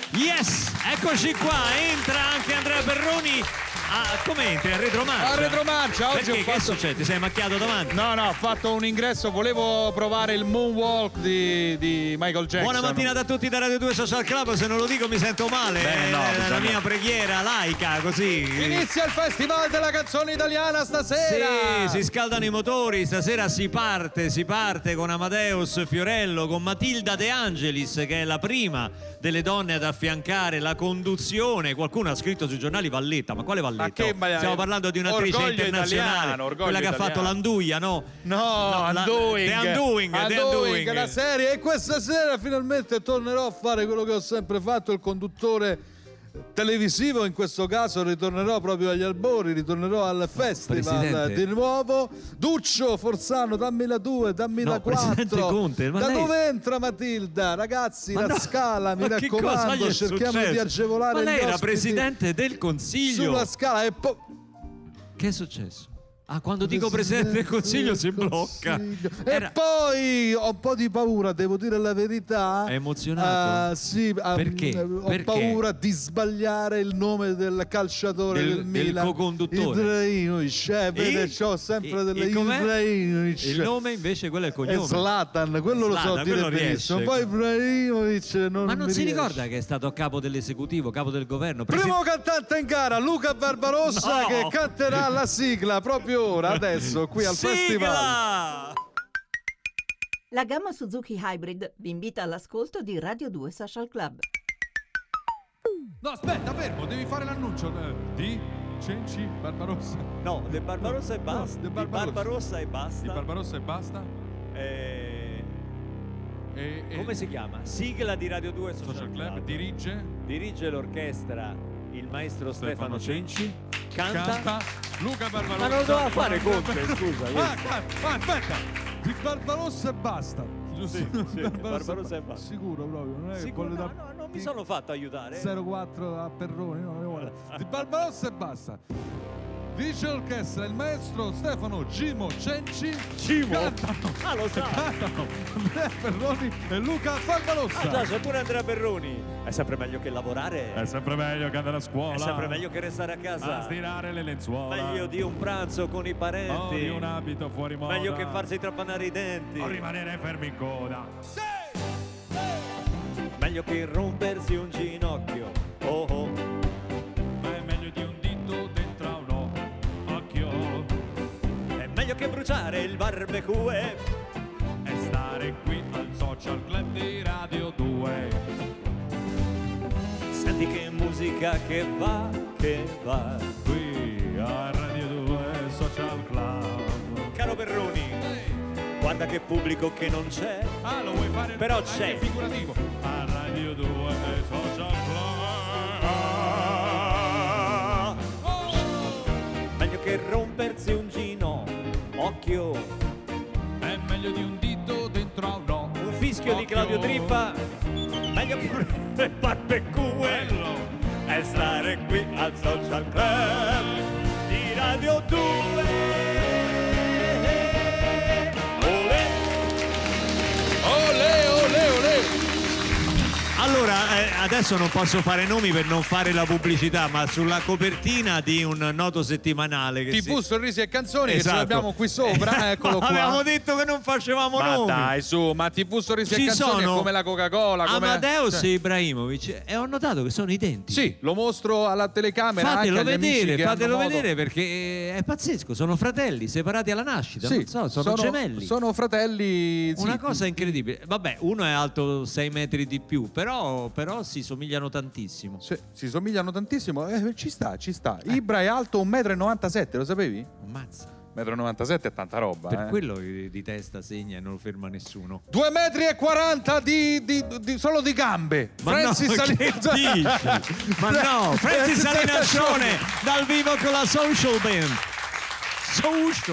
Yes, eccoci qua, entra anche Andrea Perroni. Come entri? A retromarcia? A retromarcia, oggi perché? ho fatto... Che succede? Ti sei macchiato davanti? No, ho fatto un ingresso, volevo provare il moonwalk di Michael Jackson. Buona mattinata a tutti da Radio 2 Social Club, se non lo dico mi sento male. Beh, no, è la mia preghiera laica, così. Inizia il Festival della canzone italiana stasera. Sì, si scaldano i motori, stasera si parte con Amadeus Fiorello, con Matilda De Angelis, che è la prima delle donne ad affiancare la conduzione. Qualcuno ha scritto sui giornali Valletta, ma quale Valletta? Stiamo parlando di un'attrice internazionale, quella che ha fatto l'Anduia, no? No, The Undoing, la serie. E questa sera finalmente tornerò a fare quello che ho sempre fatto, il conduttore televisivo. In questo caso ritornerò proprio agli albori, ritornerò al festival Presidente. di nuovo. Duccio Forzano, dammi la 2, dammi la 4. Presidente Conte, ma da lei... dove entra Matilda? Ragazzi, la scala, mi raccomando, cerchiamo di agevolare. Ma lei gli era ospiti presidente del Consiglio sulla scala e poi... Che è successo? Quando dico presidente del Consiglio si blocca. E poi ho un po' di paura, devo dire la verità. È emozionato? Sì, perché? Ho paura di sbagliare il nome del calciatore del Milan, del co-conduttore Ibrahimovic. Vede, c'ho sempre delle Ibrahimovic. Il nome invece, quello è il cognome. È Zlatan, quello lo so dire benissimo. Poi Ibrahimovic ma non si riesce. Ricorda che è stato a capo dell'esecutivo, capo del governo? Primo cantante in gara, Luca Barbarossa, che canterà la sigla proprio ora, adesso, qui al festival. La gamma Suzuki Hybrid vi invita all'ascolto di Radio 2 Social Club. No, aspetta, fermo, devi fare l'annuncio di Cenci Barbarossa. No, De Barbarossa e basta. No, Di Barbarossa e basta. Di Barbarossa e basta. Come si chiama? Sigla di Radio 2 Social Club. Dirige l'orchestra il maestro Stefano Cenci. Canta Luca Barbarossa. Ma non lo doveva fare Conte, scusa. Aspetta. Di Barbarossa e basta. Giusto? Sì, Barbarossa e basta. Sicuro proprio, non è Sicuro, no, non mi sono fatto aiutare. 04 a Perroni, no. Di Barbarossa e basta. Dice l'orchestra il maestro Stefano Gimo Cenci. Cantano. Lo sa. Cantano Andrea Perroni e Luca Barbarossa. Già, c'è pure Andrea Perroni. È sempre meglio che lavorare. È sempre meglio che andare a scuola. È sempre meglio che restare a casa. A stirare le lenzuola. Meglio di un pranzo con i parenti. O di un abito fuori moda. Meglio che farsi trapannare i denti. O rimanere fermi in coda. Meglio che rompersi un ginocchio. Oh. Ma è meglio di un dito dentro a un occhio. È meglio che bruciare il barbecue. E stare qui al Social Club di Radio 2. Senti che musica che va. Qui a Radio 2 Social Club. Caro Perroni, guarda che pubblico che non c'è. Lo vuoi fare? Però anche c'è. Figurativo. A Radio 2 Social Club. Meglio che rompersi un ginocchio. È meglio di un dito dentro a un fischio di Claudio Trippa. Meglio che il barbecue. E stare qui al Social Club di Radio 2. Allora, adesso non posso fare nomi per non fare la pubblicità, ma sulla copertina di un noto settimanale che TV Sorrisi e Canzoni, esatto, che ce l'abbiamo qui sopra, eccolo qua. Avevamo detto che non facevamo nomi. Dai, su, ma TV Sorrisi e Canzoni è come la Coca-Cola, come... Amadeus e Ibrahimovic, e ho notato che sono identici. Sì, lo mostro alla telecamera. Fatelo anche agli amici che fatelo hanno vedere perché è pazzesco, sono fratelli separati alla nascita, sì, non so, sono gemelli. Sono fratelli, una cosa incredibile. Vabbè, uno è alto 6 metri di più, però si somigliano tantissimo. Sì, si somigliano tantissimo, ci sta. Ibra è alto 1,97 m, lo sapevi? Ammazza. 1,97 m è tanta roba. Per quello di testa segna e non lo ferma nessuno. 2,40 m solo di gambe. Ma Francis no, che dici? Ma no, Francis Salinaccione dal vivo con la Social Band. Social.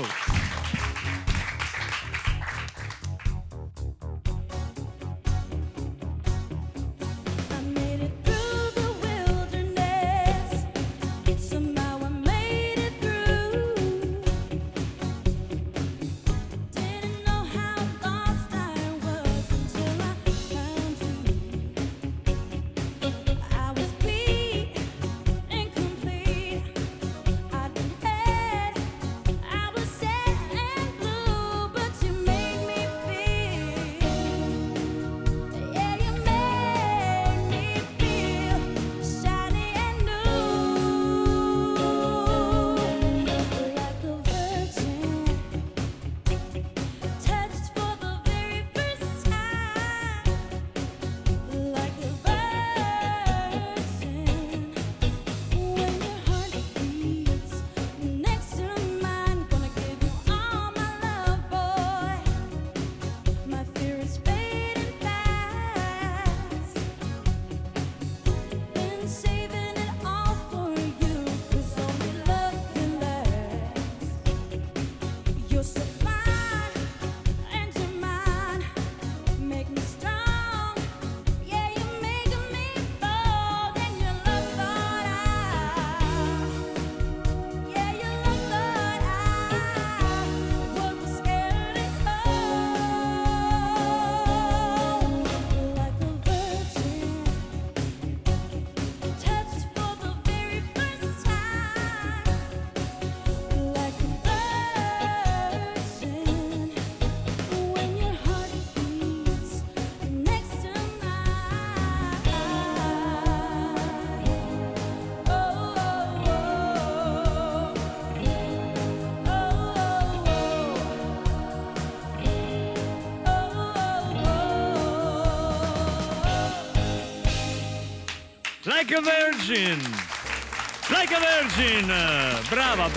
Like a Virgin. Like a Virgin. Brava.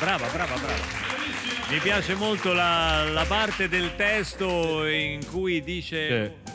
Mi piace molto la parte del testo in cui dice... Sì.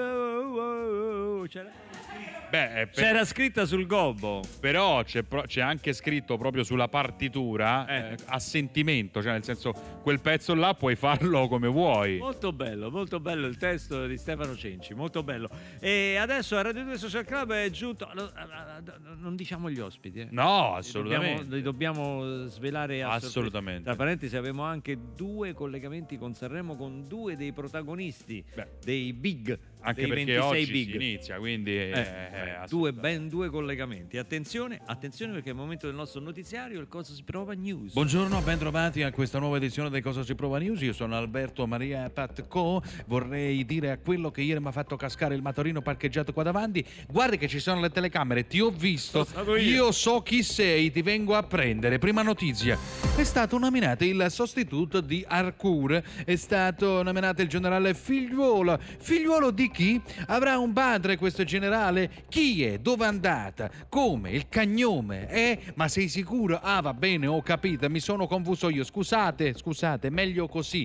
C'era scritta sul gobbo. Però c'è anche scritto proprio sulla partitura a sentimento, cioè nel senso quel pezzo là puoi farlo come vuoi. Molto bello il testo di Stefano Cenci, molto bello. E adesso a Radio 2 Social Club è giunto... Non diciamo gli ospiti, No, assolutamente. Li dobbiamo svelare assolutamente. Tra parentesi abbiamo anche 2 collegamenti con Sanremo con 2 dei protagonisti dei big, anche dei perché 26 oggi big. si inizia, quindi ben 2 collegamenti. Attenzione perché è il momento del nostro notiziario, il Cosa si prova news. Buongiorno, ben trovati a questa nuova edizione del Cosa si prova news. Io sono Alberto Maria Patco. Vorrei dire a quello che ieri mi ha fatto cascare il motorino parcheggiato qua davanti: guardi che ci sono le telecamere, ti ho visto, io so chi sei, ti vengo a prendere. Prima notizia: è stato nominato il sostituto di Harcourt, è stato nominato il generale Figliuolo di chi? Avrà un padre questo generale? Chi è? Dove è andata? Come? Il cagnome? Ma sei sicuro? Ah, va bene, ho capito, mi sono confuso io. Scusate, meglio così.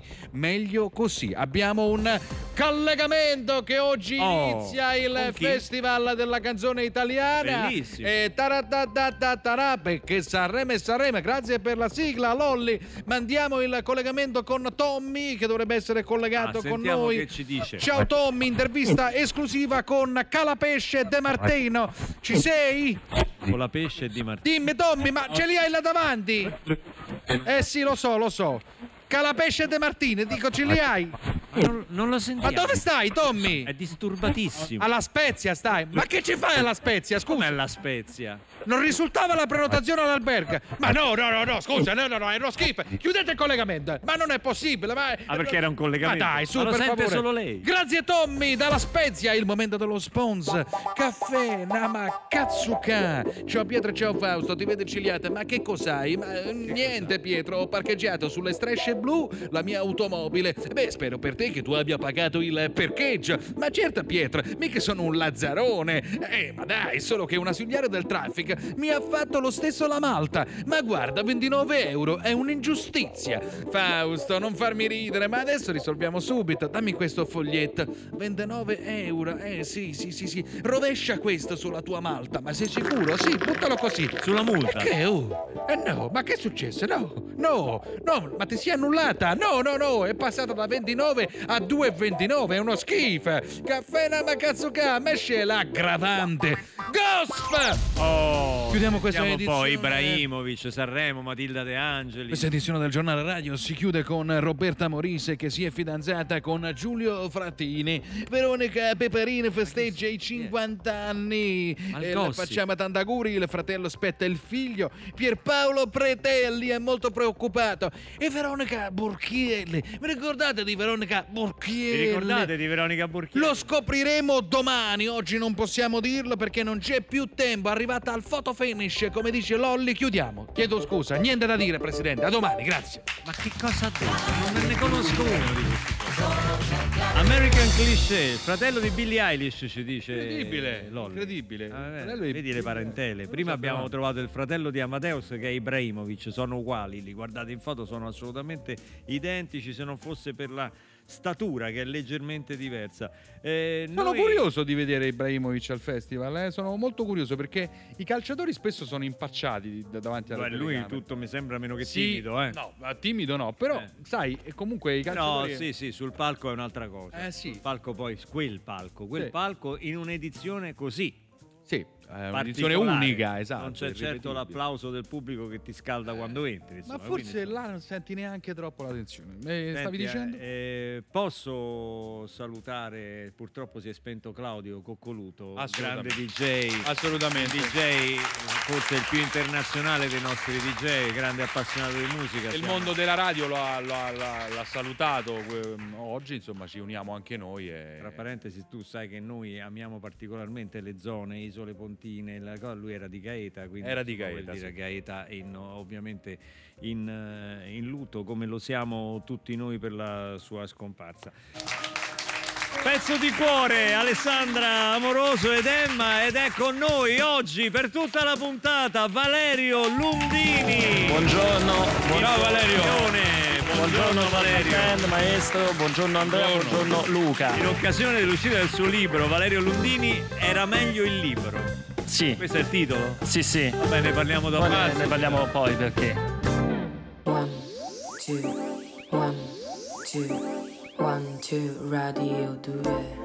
Abbiamo un collegamento che oggi inizia il Festival della canzone italiana. Bellissimo. Perché Sanremo. Grazie per la sigla, Lolli. Mandiamo il collegamento con Tommy, che dovrebbe essere collegato con noi. Che ci dice. Ciao Tommy, intervista esclusiva con Calapesce De Martino. Ci sei? Con la pesce di Martino. Dimmi Tommy, ma ce li hai là davanti? Sì, lo so. Calapesce De Martino, dico, ce li hai? Non lo sentiamo. Ma dove stai, Tommy? È disturbatissimo. Alla Spezia stai? Ma che ci fai alla Spezia? Scusa. Com'è la Spezia? Non risultava la prenotazione all'albergo. Ma no, scusa, no, è uno schifo. Chiudete il collegamento. Ma non è possibile. Perché era un collegamento? Ma dai, su, ma lo per sente favore. solo lei. Grazie Tommy, dalla Spezia, il momento dello sponsor. Caffè Namakatsuka. Ciao Pietro e ciao Fausto, ti vedo cigliata. Ma che cos'hai? Niente Pietro, ho parcheggiato sulle strisce blu la mia automobile. Spero per te che tu abbia pagato il parcheggio. Ma certo Pietro, mica sono un lazzarone. Ma dai, solo che un ausiliare del traffico mi ha fatto lo stesso la multa. Ma guarda, 29 euro è un'ingiustizia. Fausto, non farmi ridere, ma adesso risolviamo subito. Dammi questo foglietto. 29 euro. Sì. Rovescia questo sulla tua multa. Ma sei sicuro? Sì, buttalo così. Sulla multa? Che? No, ma che è successo? No, ma ti si è annullata? No, è passata da 29 a 2,29. È uno schifo. Caffè Namakatsuka, mesce l'aggravante. Gosp! Chiudiamo questa edizione. Poi Ibrahimovic, Sanremo, Matilda De Angelis. Questa edizione del giornale radio si chiude con Roberta Morise che si è fidanzata con Giulio Frattini. Veronica Peperini festeggia i 50 anni. Le facciamo tanti auguri, il fratello aspetta il figlio. Pierpaolo Pretelli è molto preoccupato. E Veronica Burchielli. Vi ricordate di Veronica Burchielli? Lo scopriremo domani. Oggi non possiamo dirlo perché non c'è più tempo. Arrivata al photo finish, come dice Lolli, chiudiamo. Chiedo scusa, niente da dire, Presidente. A domani, grazie. Ma che cosa ha detto? Non ne conosco uno di questi. American Cliché, fratello di Billie Eilish, ci dice Lolli. Incredibile. Vedi le parentele. Prima abbiamo trovato il fratello di Amadeus che è Ibrahimovic, sono uguali, li guardate in foto, sono assolutamente identici, se non fosse per la statura che è leggermente diversa. Sono curioso di vedere Ibrahimovic al festival, sono molto curioso perché i calciatori spesso sono impacciati davanti alla telecamera. Lui tutto mi sembra meno che timido, No, timido no, però sai, comunque i calciatori... No, sì, sul palco è un'altra cosa. Sul palco poi, quel palco in un'edizione così. Sì, è un'edizione unica, esatto. Non c'è certo l'applauso del pubblico che ti scalda quando entri. Insomma, ma forse là non senti neanche troppo la tensione. Stavi dicendo? Posso salutare, purtroppo si è spento Claudio Coccoluto, grande DJ. Assolutamente. DJ, forse il più internazionale dei nostri DJ, grande appassionato di musica. Il mondo della radio l'ha salutato oggi, insomma ci uniamo anche noi. Tra parentesi, tu sai che noi amiamo particolarmente le zone, isole pontine, lui era di Gaeta, quindi era di Gaeta, sì. Gaeta ovviamente in lutto, come lo siamo tutti noi per la sua scomparsa. Pezzo di cuore, Alessandra Amoroso ed Emma, ed è con noi oggi per tutta la puntata Valerio Lundini. Buongiorno. Ciao Valerio. Buongiorno Valerio. Weekend, maestro, buongiorno Andrea, buongiorno Luca. In occasione dell'uscita del suo libro Valerio Lundini, era meglio il libro. Sì. Questo è il titolo? Sì. Vabbè, ne parliamo dopo. Poi ne parliamo poi perché. 1, 2, 1, 2, 1, 2, Radio 2.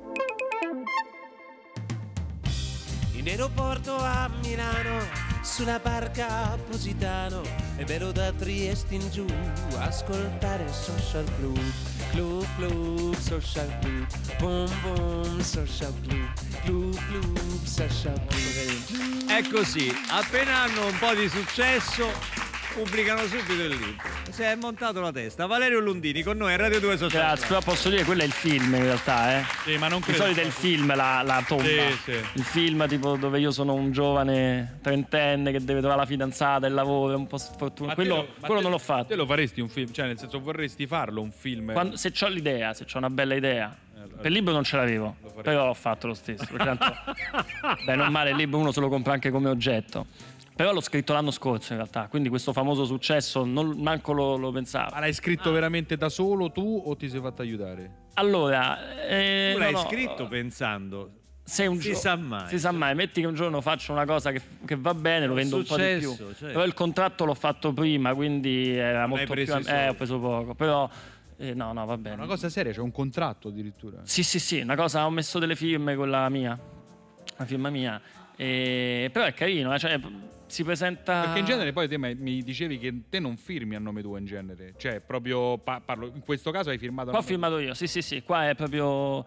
In aeroporto a Milano, sulla barca Positano, e vero da Trieste in giù, ascoltare Social Club, Club Club, Social Club, Boom Boom, Social Club, Club Club, Social Club. È così, appena hanno un po' di successo pubblicano subito il libro. Si è montato la testa. Valerio Lundini con noi a Radio 2 Social. Grazie, però posso dire che quello è il film in realtà, eh. Sì, ma non Di credo. solito è il film la tomba. Sì. Il film tipo dove io sono un giovane trentenne che deve trovare la fidanzata, il lavoro, è un po' sfortunato. Quello non l'ho fatto. Te lo faresti un film? Cioè, nel senso, vorresti farlo un film? Se c'ho l'idea, se c'ho una bella idea. Per il libro non ce l'avevo, però l'ho fatto lo stesso. Perché tanto, beh, non male, il libro uno se lo compra anche come oggetto. Però l'ho scritto l'anno scorso in realtà, quindi questo famoso successo manco lo pensavo. Ma l'hai scritto veramente da solo tu o ti sei fatto aiutare? Allora, Tu l'hai no, scritto pensando. Se un Si sa mai. Si sa mai, metti che un giorno faccio una cosa che va bene, lo vendo un po' di più. Successo, certo. Però il contratto l'ho fatto prima, quindi era molto più. preso i soldi. Ho preso poco, però no, va bene. Una cosa seria, c'è un contratto addirittura. Sì, una cosa, ho messo delle firme con la firma mia. Però è carino, cioè si presenta. Perché in genere poi te mi dicevi che te non firmi a nome tuo in genere. Cioè, proprio parlo, in questo caso hai firmato. Qua ho firmato io, sì, qua è proprio.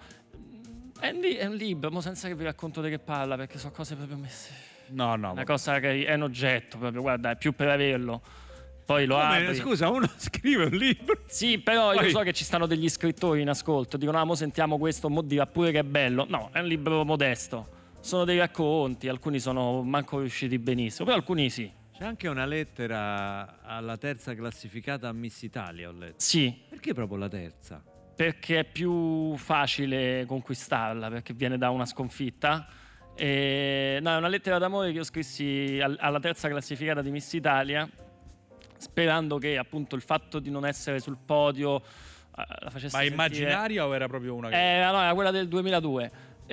È un libro, ma senza che vi racconto di che parla, perché sono cose proprio messe. No. Una cosa che è un oggetto proprio, guarda, è più per averlo. Poi lo apri. Scusa, uno scrive un libro. Sì, però Poi- io so che ci stanno degli scrittori in ascolto, dicono mo sentiamo questo, mo dirà pure che è bello. No, è un libro modesto. Sono dei racconti, alcuni sono manco riusciti benissimo, però alcuni sì. C'è anche una lettera alla terza classificata a Miss Italia, ho letto. Sì, Perché proprio la terza? perché è più facile conquistarla, perché viene da una sconfitta. No, è una lettera d'amore che io scrissi alla terza classificata di Miss Italia, sperando che appunto il fatto di non essere sul podio la facesse Ma sentire. immaginaria o era proprio una. No, era quella del 2002.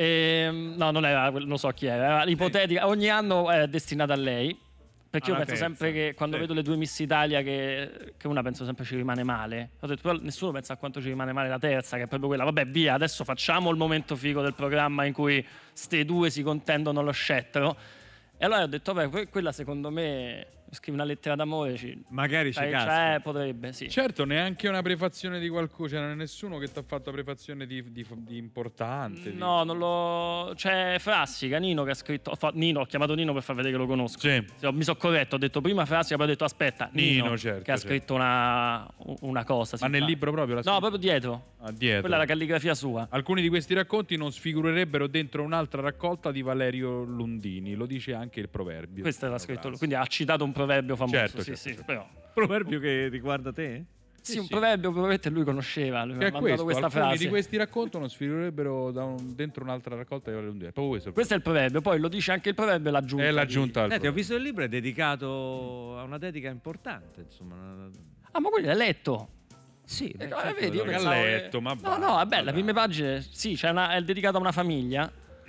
No, non era, non so chi era ipotetica. Ogni anno è destinata a lei. Perché io Alla penso terza, sempre che quando sì. vedo le due Miss Italia che una penso sempre ci rimane male. Ho detto, però nessuno pensa a quanto ci rimane male la terza, che è proprio quella. Vabbè, via, adesso facciamo il momento figo del programma in cui ste due si contendono lo scettro. E allora ho detto, vabbè, quella secondo me scrivi una lettera d'amore. Magari ci casca. Potrebbe, sì. Certo, neanche una prefazione di qualcuno, cioè non è nessuno che ti ha fatto prefazione di importante. No, non lo. C'è Frassica, Nino che ha scritto. Ho chiamato Nino per far vedere che lo conosco. Sì. Mi sono corretto, ho detto prima Frassica, poi ho detto aspetta, Nino, certo, che ha scritto una cosa. Ma nel libro proprio la No, proprio dietro. dietro. Quella è la calligrafia sua. Alcuni di questi racconti non sfigurerebbero dentro un'altra raccolta di Valerio Lundini, lo dice anche il proverbio. Questo l'ha scritto lui, quindi ha citato un proverbio famoso. Certo, sì, certo. però. Proverbio che riguarda te? Sì, un proverbio probabilmente lui conosceva. Lui mi Che ha è mandato questo, questa alcuni frase. di questi racconti non sfigurerebbero dentro un'altra raccolta di Valerio Lundini. È proprio Questo è il proverbio, poi lo dice anche il proverbio e l'aggiunta. È l'aggiunta al Senti, ho proverbio. visto il libro, è dedicato a una dedica importante, insomma. Ah, ma quello l'hai letto? Sì, vedi, io che ha pensavo letto, ma no, vabbè, le prime pagine, sì, è dedicato a una famiglia.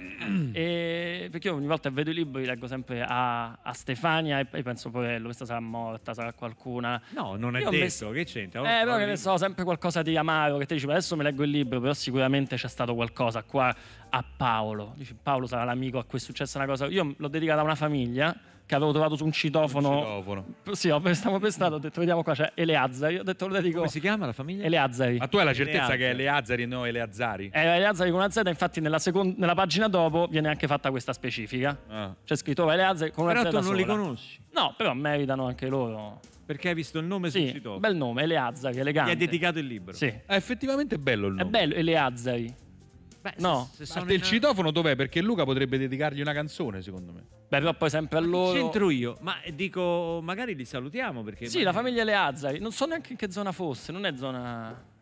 Perché io ogni volta che vedo i libri leggo sempre a Stefania e penso porello, questa sarà morta, sarà qualcuna. No, non è Io ho detto, messo- che c'entra? Però che ne so, sempre qualcosa di amaro che te dici, "Ma adesso mi leggo il libro, però sicuramente c'è stato qualcosa qua a Paolo." Dici, Paolo sarà l'amico a cui è successa una cosa. Io l'ho dedicata a una famiglia che avevo trovato su un citofono. Sì, stavo prestato, ho detto vediamo qua c'è Eleazzari, ho detto lo dedico. Come si chiama la famiglia? Eleazzari. Ma tu hai la certezza Eleazzari. che è Eleazzari e non Eleazzari? Eleazzari con una Z, infatti nella pagina dopo viene anche fatta questa specifica. Ah. C'è scritto Eleazzari con una Però Z tu non li sola. conosci, No, però meritano anche loro. perché hai visto il nome sul Sì, sito. bel nome, Eleazzari, Gli elegante. hai dedicato il libro. Sì. È effettivamente bello il È nome. bello, Eleazzari. Beh, No. se Ma sono del in- citofono dov'è? Perché Luca potrebbe dedicargli una canzone, secondo me. Beh, però poi sempre a Ma che loro. c'entro io? Ma dico, magari li salutiamo perché. Sì, la famiglia Eleazzari. Non so neanche in che zona fosse, non è zona.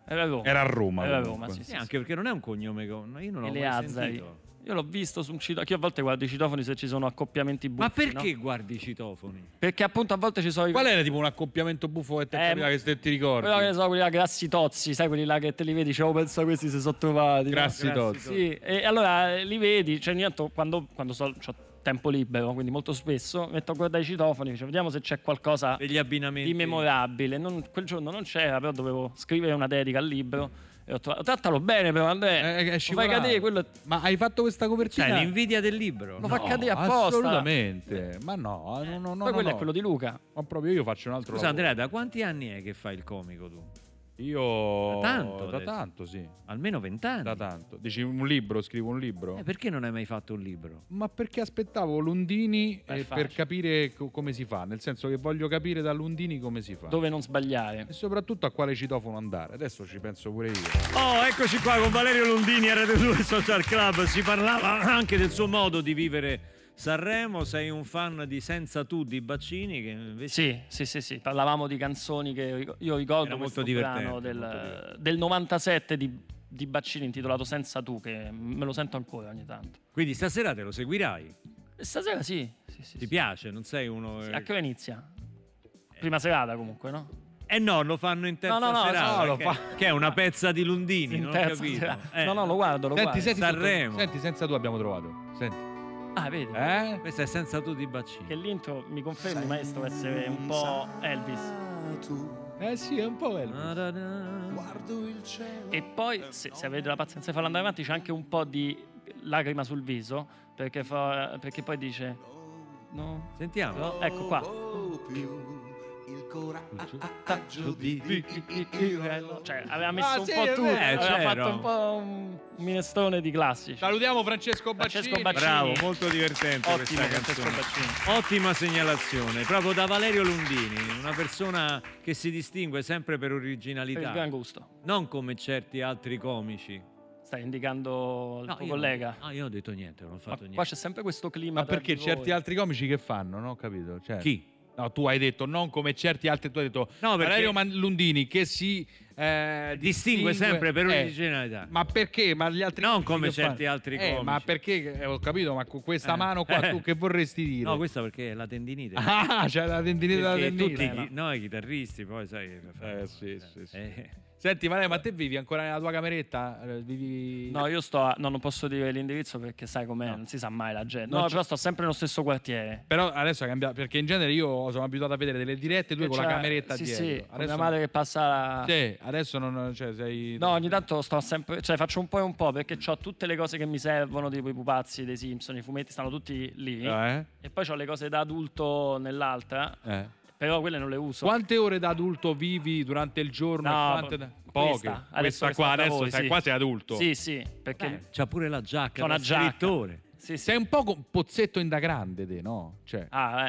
Era a Roma. Era a comunque. Roma, sì. Anche perché non è un cognome io non l'ho mai Eleazari. sentito. Io l'ho visto su un citofono, che io a volte guardo i citofoni se ci sono accoppiamenti buffi. Ma perché no? guardi i citofoni? Perché appunto a volte ci sono Qual era tipo un accoppiamento buffo che che ti ricordi? Però che ne so, quelli là grassi tozzi, sai quelli là che te li vedi, cioè, penso questi si sono trovati. Grassi no? tozzi. Sì, e allora li vedi, cioè ogni tanto quando ho tempo libero, quindi molto spesso, metto a guardare i citofoni, cioè, vediamo se c'è qualcosa Degli abbinamenti di memorabile. Quel giorno non c'era, però dovevo scrivere una dedica al libro. E ho trovato, trattalo bene però Andrea, fai cadere quello. Ma hai fatto questa copertina? Cioè l'invidia del libro. Lo fa cadere apposta. Assolutamente. Ma no, no. Poi quello è quello di Luca. Ma proprio io faccio un altro Scusa lavoro. Andrea, da quanti anni è che fai il comico tu? Io Da da tanto, sì. Almeno 20 anni. Da tanto. Dici un libro, scrivo un libro? Perché non hai mai fatto un libro? Ma perché aspettavo Lundini È per capire come si fa, nel senso che voglio capire da Lundini come si fa. Dove non sbagliare. E soprattutto a quale citofono andare. Adesso ci penso pure io. Oh, eccoci qua con Valerio Lundini a Radio 2 Social Club. Si parlava anche del suo modo di vivere Sanremo. Sei un fan di Senza Tu di Baccini che invece... Sì. Parlavamo di canzoni che io ricordo. Era molto questo divertente, brano molto divertente. del 97 di Baccini intitolato Senza Tu, che me lo sento ancora ogni tanto. Quindi stasera te lo seguirai? Stasera sì. Ti piace? Non sei uno... Sì, a che ora inizia? Prima serata comunque, no? No, lo fanno in terza No, serata. lo che, fa. che è una pezza di Lundini, In non ho terza capito. serata. No, lo guardo. Senti, Sanremo. senti, Senza Tu abbiamo trovato. Senti. Ah, vedi? Questa è Senza Tu di Baccini. Che l'intro mi confermi, maestro, essere un po' Elvis. Sì, è un po' bello. E poi, se avete la pazienza di farlo andare avanti, c'è anche un po' di lacrima sul viso, perché poi dice... No. Sentiamo. No, ecco qua. Cioè, aveva messo un po' tutto, aveva fatto un po' un minestrone di classici. Salutiamo Francesco Baccini. Bravo, molto divertente Ottimo, questa Francesco canzone. Baccini. Ottima segnalazione, proprio da Valerio Lundini, una persona che si distingue sempre per Per originalità, il gran gusto. non come certi altri comici. Stai indicando il tuo collega? No, io non ho detto niente, non ho fatto niente. Qua c'è sempre questo clima. Ma perché tra di certi voi. altri comici che fanno? Non ho capito. Cioè, Chi? No, tu hai detto non come certi altri, tu hai detto No, perché- Valerio Lundini che si Distingue sempre per originalità. Ma perché? Ma gli altri Non comici come che certi fanno? altri comici. Ma perché? Ho capito, ma con questa mano qua tu che vorresti dire? No, questa perché è la tendinite. Ah, c'è la tendinite della Perché tendinite. tutti noi chitarristi, poi sai. Sì. Senti, Valerio, ma te vivi ancora nella tua cameretta? Vivi... No, io non posso dire l'indirizzo perché sai com'è, non si sa mai la gente. Non No, c'è- però sto sempre nello stesso quartiere. Però adesso è cambiato, perché in genere io sono abituato a vedere delle dirette tue con la C'è- cameretta sì, dietro. Sì, con Adesso mia madre che passa... Sì, adesso non cioè, sei... No, ogni tanto sto sempre, cioè faccio un po' e un po' perché ho tutte le cose che mi servono, tipo i pupazzi dei Simpson, i fumetti stanno tutti lì. E poi ho le cose da adulto nell'altra, però quelle non le uso. Quante ore da adulto vivi durante il giorno? No, Quante da... questa, Poche. adesso Questa che qua sto da adesso voi, sei sì. quasi adulto. Sì, perché C'ha pure la giacca c'ho da una giacca. scrittore. Sì. Sei un po' pozzetto in da grande te, no? Cioè,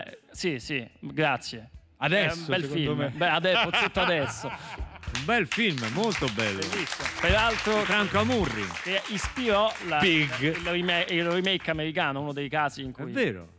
Sì, grazie. adesso È un bel secondo film. me. Beh, adesso, pozzetto adesso. Un bel film, molto bello. Bellissimo. Peraltro Franco Amurri. che ispirò Pig. il remake americano, uno dei casi in È cui vero.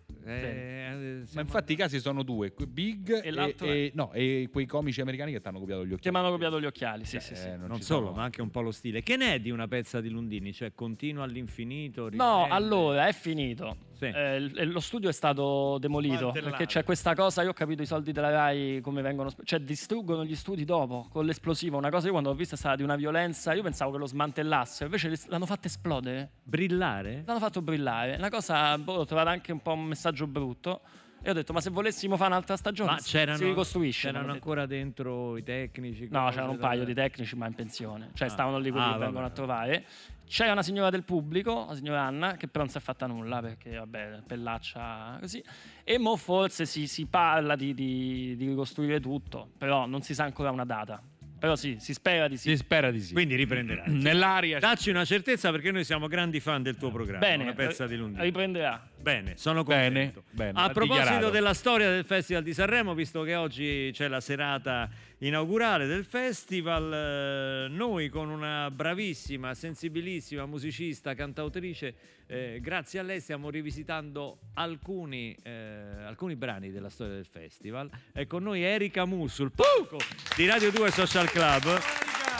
Ma infatti i casi sono due, Big E l'altro e quei comici americani che ti hanno copiato gli occhiali. che mi hanno copiato gli occhiali, sì. Non ci solo, sono. ma anche un po' lo stile. Che ne è di una pezza di Lundini? Cioè, continua all'infinito? No, riprende? allora è finito. Sì. Lo studio è stato demolito perché c'è questa cosa. Io ho capito i soldi della Rai come vengono, cioè distruggono gli studi dopo con l'esplosivo. Una cosa che quando l'ho vista è stata di una violenza. Io pensavo che lo smantellassero, invece l'hanno fatto esplodere. Brillare? L'hanno fatto brillare. Una cosa, l'ho trovata anche un po' un messaggio brutto. E ho detto, ma se volessimo fare un'altra stagione Ma si ricostruisce. c'erano m'hanno detto. ancora dentro i tecnici? No, cose c'erano un da- paio di tecnici, ma in pensione. Cioè, stavano lì quelli che vabbè. vengono a trovare. C'era una signora del pubblico, la signora Anna, che però non si è fatta nulla perché, vabbè, pellaccia così. E mo forse si parla di ricostruire tutto, però non si sa ancora una data. Però sì, si spera di sì. Si spera di sì. Quindi riprenderà. Nell'aria. Dacci una certezza perché noi siamo grandi fan del tuo programma. Bene, Una pezza di Lundini. riprenderà. Bene, sono Bene, contento. bene, A ha proposito dichiarato. della storia del Festival di Sanremo, visto che oggi c'è la serata inaugurale del festival, noi con una bravissima, sensibilissima musicista, cantautrice, grazie a lei stiamo rivisitando alcuni brani della storia del festival. È con noi Erika Mu sul palco di Radio 2 Social Club.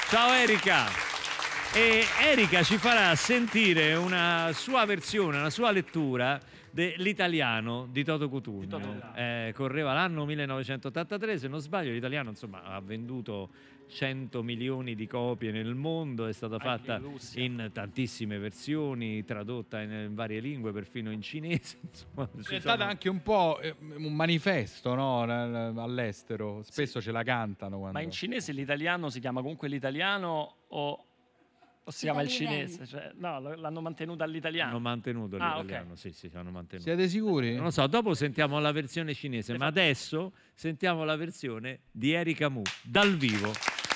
Ciao Erika. E Erika ci farà sentire una sua versione, una sua lettura dell'Italiano di Toto Cutugno. Correva l'anno 1983, se non sbaglio. L'Italiano, insomma, ha venduto 100 milioni di copie nel mondo, è stata fatta in tantissime versioni, tradotta in varie lingue, perfino in cinese. Insomma, è stata anche un po' un manifesto, no? All'estero, spesso ce la cantano. Quando... Ma in cinese l'italiano si chiama comunque l'italiano o si chiama il cinese? Cioè, no, l'hanno mantenuta all'italiano. Hanno mantenuto l'italiano, okay. sì, hanno mantenuto. Siete sicuri? Non lo so, dopo sentiamo la versione cinese, ma adesso sentiamo la versione di Erika Mu dal vivo.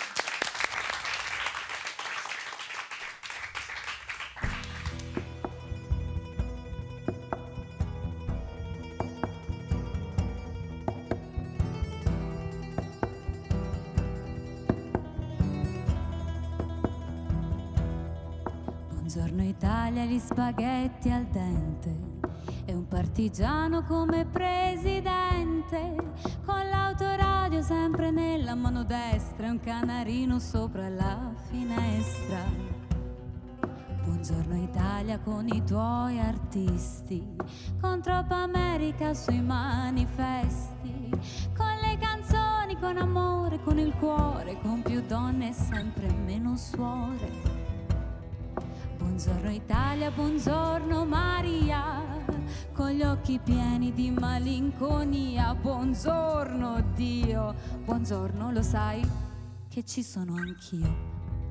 Buongiorno Italia, gli spaghetti al dente e un partigiano come presidente, con l'autoradio sempre nella mano destra e un canarino sopra la finestra. Buongiorno Italia con i tuoi artisti, con troppa America sui manifesti, con le canzoni, con amore, con il cuore, con più donne e sempre meno suore. Buongiorno Italia, buongiorno Maria, con gli occhi pieni di malinconia. Buongiorno Dio, buongiorno, lo sai che ci sono anch'io.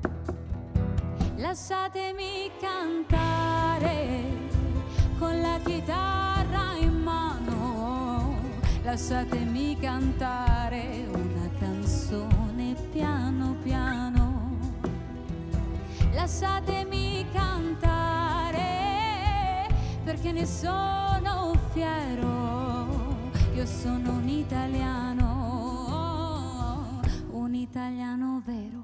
Lasciatemi cantare con la chitarra in mano, lasciatemi cantare una canzone piano piano. Lasciatemi cantare perché ne sono fiero. Io sono un italiano vero.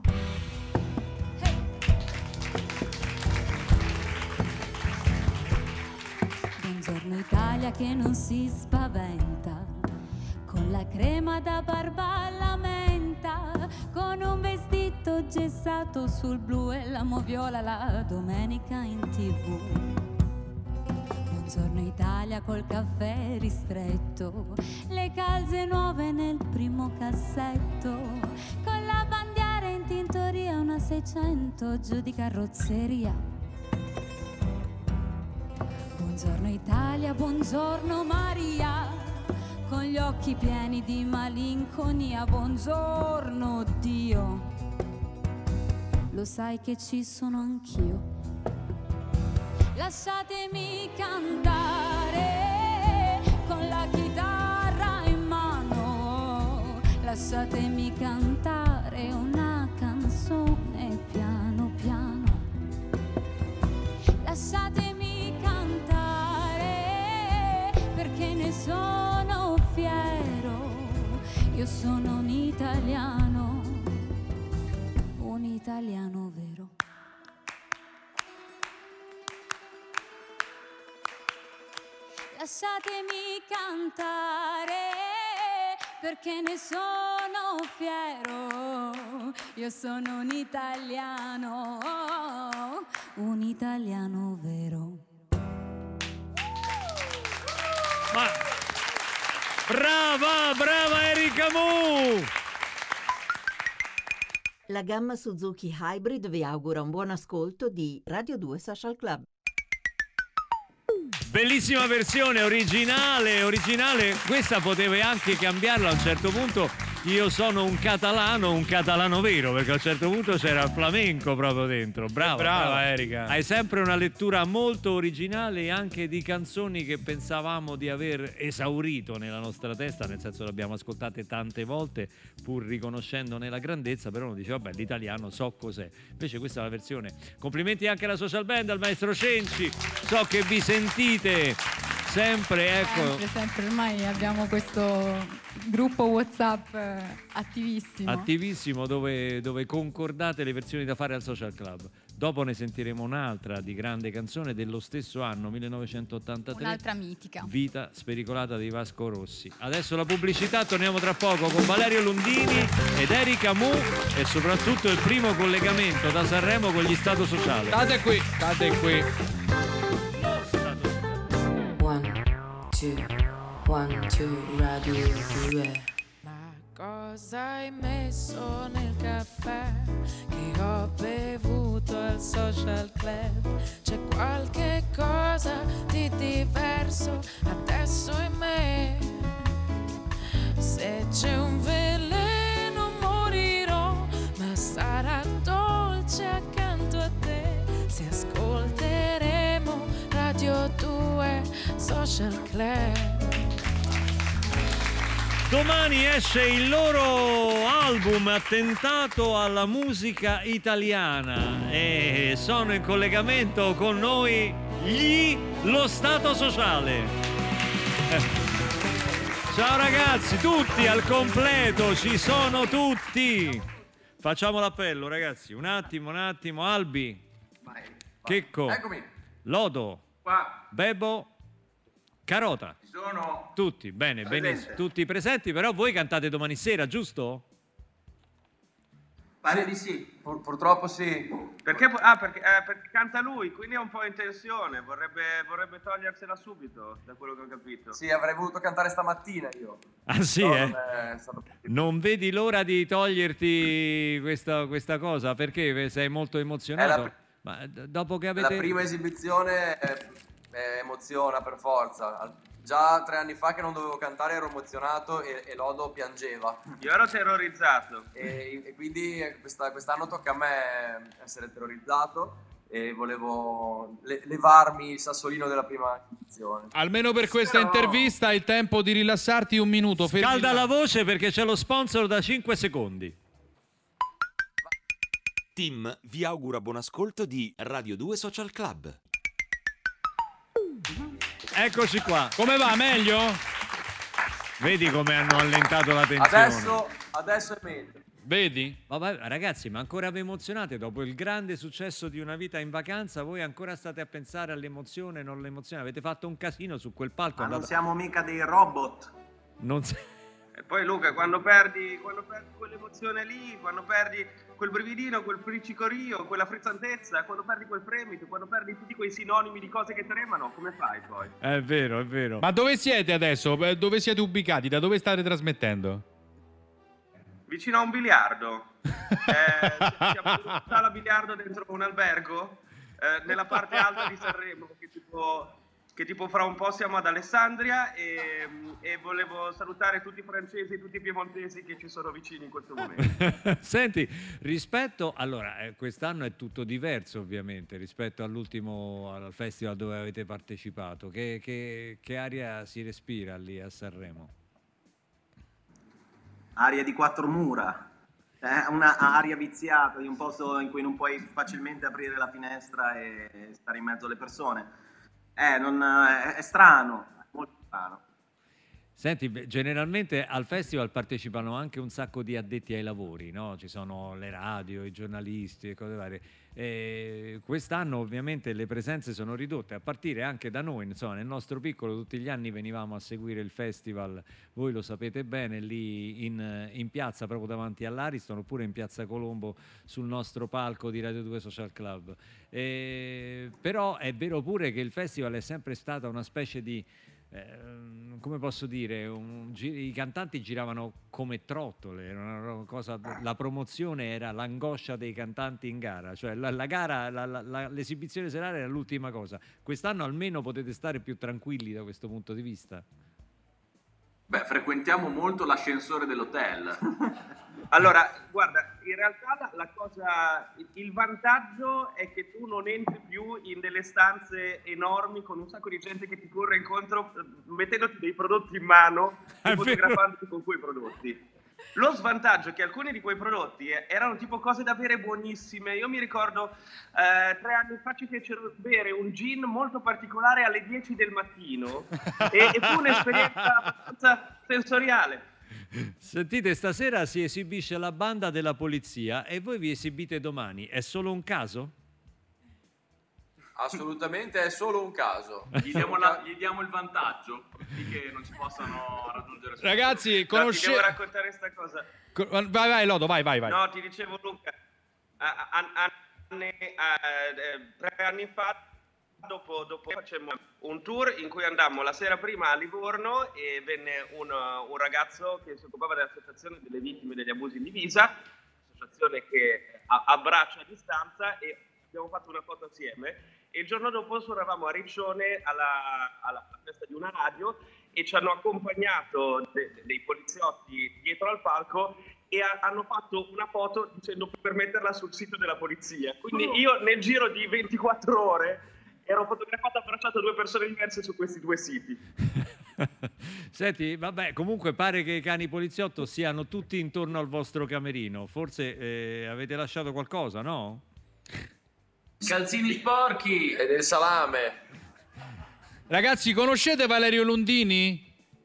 Buongiorno Italia che non si spaventa, con la crema da barba alla menta, con un vestito gessato sul blu e la moviola la domenica in TV. Buongiorno Italia col caffè ristretto, le calze nuove nel primo cassetto, con la bandiera in tintoria, una 600 giù di carrozzeria. Buongiorno Italia, buongiorno Maria, con gli occhi pieni di malinconia. Buongiorno Dio, lo sai che ci sono anch'io. Lasciatemi cantare con la chitarra in mano, lasciatemi cantare una canzone piano piano. Lasciatemi cantare perché ne sono fiero. Io sono un italiano vero. Lasciatemi cantare perché ne sono fiero. Io sono un italiano vero. Ma brava Erika Mu! La gamma Suzuki Hybrid vi augura un buon ascolto di Radio 2 Social Club. Bellissima versione, originale. Questa potevi anche cambiarla a un certo punto. Io sono un catalano vero, perché a un certo punto c'era il flamenco proprio dentro. Brava Erika. Hai sempre una lettura molto originale anche di canzoni che pensavamo di aver esaurito nella nostra testa, nel senso le abbiamo ascoltate tante volte pur riconoscendone la grandezza, però uno dice vabbè, l'italiano so cos'è. Invece questa è la versione. Complimenti anche alla social band, al maestro Cenci. So che vi sentite sempre, ecco. Sempre, ormai abbiamo questo gruppo WhatsApp attivissimo dove concordate le versioni da fare al social club. Dopo ne sentiremo un'altra di grande canzone dello stesso anno, 1983. Un'altra mitica. Vita spericolata di Vasco Rossi. Adesso la pubblicità, torniamo tra poco con Valerio Lundini ed Erika Mu e soprattutto il primo collegamento da Sanremo con gli Stato Sociale. State qui. 1, 2, Radio 2. Cosa hai messo nel caffè che ho bevuto al social club? C'è qualche cosa di diverso adesso in me. Se c'è un veleno morirò, ma sarà dolce accanto a te. Se ascolteremo Radio 2 Social Club. Domani esce il loro album Attentato alla musica italiana e sono in collegamento con noi lo Stato Sociale. Ciao ragazzi, tutti al completo, ci sono tutti. Facciamo l'appello ragazzi, un attimo, Albi, vai. Checco, eccomi. Lodo, qua. Bebo, Carota. Sono tutti, bene, benissimo, tutti presenti, però voi cantate domani sera, giusto? Pare di sì, purtroppo sì. Perché canta lui, quindi è un po' in tensione, vorrebbe togliersela subito, da quello che ho capito. Sì, avrei voluto cantare stamattina io. Ah sì, non vedi l'ora di toglierti questa cosa, perché sei molto emozionato? Ma dopo che avete... La prima esibizione emoziona per forza. Già 3 anni fa che non dovevo cantare ero emozionato e Lodo piangeva. Io ero terrorizzato. E quindi quest'anno tocca a me essere terrorizzato e volevo levarmi il sassolino della prima edizione. Almeno per questa intervista hai tempo di rilassarti un minuto. Scalda la voce perché c'è lo sponsor da 5 secondi. Tim vi augura buon ascolto di Radio 2 Social Club. Eccoci qua. Come va? Meglio? Vedi come hanno allentato la tensione. Adesso è meglio. Vedi? Vabbè, ragazzi, ma ancora vi emozionate? Dopo il grande successo di Una vita in vacanza, voi ancora state a pensare all'emozione, non all'emozione? Avete fatto un casino su quel palco. Ma non siamo mica dei robot. E poi Luca, quando perdi quell'emozione lì, quando perdi quel brividino, quel friccicorio, quella frizzantezza, quando perdi quel fremito, quando perdi tutti quei sinonimi di cose che tremano, come fai poi? È vero. Ma dove siete adesso? Dove siete ubicati? Da dove state trasmettendo? Vicino a un biliardo. Siamo in una sala biliardo dentro un albergo, nella parte alta di Sanremo, che tipo fra un po' siamo ad Alessandria e volevo salutare tutti i francesi e tutti i piemontesi che ci sono vicini in questo momento. Senti, quest'anno è tutto diverso ovviamente rispetto al festival dove avete partecipato. Che aria si respira lì a Sanremo? Aria di 4 mura, una aria viziata di un posto in cui non puoi facilmente aprire la finestra e stare in mezzo alle persone. È strano, molto strano. Senti, generalmente al festival partecipano anche un sacco di addetti ai lavori, no? Ci sono le radio, i giornalisti e cose varie. Quest'anno ovviamente le presenze sono ridotte, a partire anche da noi, insomma, nel nostro piccolo tutti gli anni venivamo a seguire il festival, voi lo sapete bene, lì in piazza proprio davanti all'Ariston oppure in piazza Colombo sul nostro palco di Radio 2 Social Club. Però è vero pure che il festival è sempre stata una specie di come posso dire, i cantanti giravano come trottole, era una cosa, la promozione era l'angoscia dei cantanti in gara, cioè la gara, l'esibizione serale era l'ultima cosa. Quest'anno almeno potete stare più tranquilli da questo punto di vista? Beh, frequentiamo molto l'ascensore dell'hotel. Allora, guarda, in realtà il vantaggio è che tu non entri più in delle stanze enormi con un sacco di gente che ti corre incontro mettendoti dei prodotti in mano e fotografandoti con quei prodotti. Lo svantaggio è che alcuni di quei prodotti erano tipo cose da bere buonissime. Io mi ricordo 3 anni fa ci fecero bere un gin molto particolare alle 10 del mattino e fu un'esperienza abbastanza sensoriale. Sentite, stasera si esibisce la banda della polizia e voi vi esibite domani. È solo un caso? Assolutamente, è solo un caso. Gli diamo il vantaggio di che non ci possano raggiungere. Ragazzi, Ti devo raccontare questa cosa. Vai Lodo, vai. No, ti dicevo, Luca, 3 anni fa, dopo facemmo un tour in cui andammo la sera prima a Livorno e venne un ragazzo che si occupava dell'associazione delle vittime degli abusi in divisa, associazione che abbraccia a distanza, e abbiamo fatto una foto assieme. E il giorno dopo suonavamo a Riccione alla festa di una radio e ci hanno accompagnato dei poliziotti dietro al palco e hanno fatto una foto dicendo per metterla sul sito della polizia. Quindi io nel giro di 24 ore ero fotografato abbracciato a 2 persone diverse su questi 2 siti. Senti, vabbè, comunque pare che i cani poliziotto siano tutti intorno al vostro camerino. Forse avete lasciato qualcosa, no? Calzini sporchi e del salame. Ragazzi, conoscete Valerio Lundini?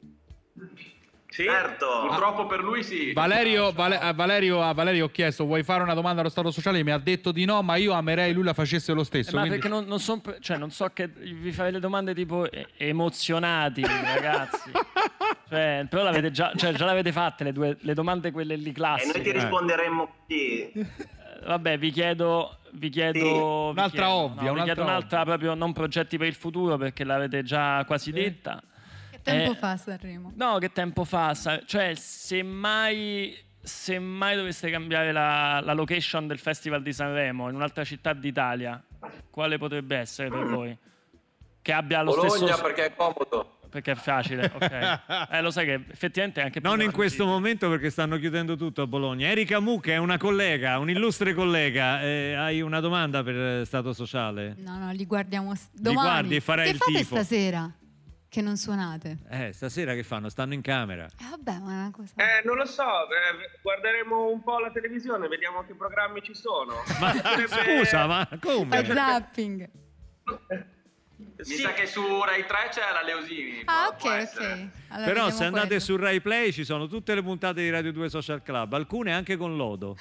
Sì, certo. Purtroppo per lui sì. Valerio ho chiesto: vuoi fare una domanda allo Stato sociale? Mi ha detto di no, ma io amerei lui la facesse lo stesso. Ma quindi... perché non so che vi fate le domande tipo emozionati, ragazzi. Però l'avete già l'avete fatte le domande quelle lì classiche. E noi ti risponderemmo così. Vabbè, vi chiedo un'altra ovvia, un'altra proprio, non progetti per il futuro perché l'avete già quasi detta. Che tempo fa Sanremo? No, che tempo fa? Cioè, se mai doveste cambiare la location del Festival di Sanremo in un'altra città d'Italia, quale potrebbe essere per voi? Che abbia lo Bologna, stesso... perché è comodo. Perché è facile, ok. Lo sai che effettivamente è anche più non in difficile. questo momento perché stanno chiudendo tutto a Bologna. Erika Mucca è una collega, un'illustre collega. Hai una domanda per Stato Sociale? No, li guardiamo domani. Li guardi e farai il tifo. Che fate stasera? Che non suonate? Stasera che fanno? Stanno in camera. Vabbè, ma è una cosa... Non lo so, guarderemo un po' la televisione, vediamo che programmi ci sono. Ma scusa, ma come? Fa zapping. Mi sa che su Rai 3 c'è la Leosini. Ok. Allora però se andate quello. su Rai Play ci sono tutte le puntate di Radio 2 Social Club, alcune anche con Lodo.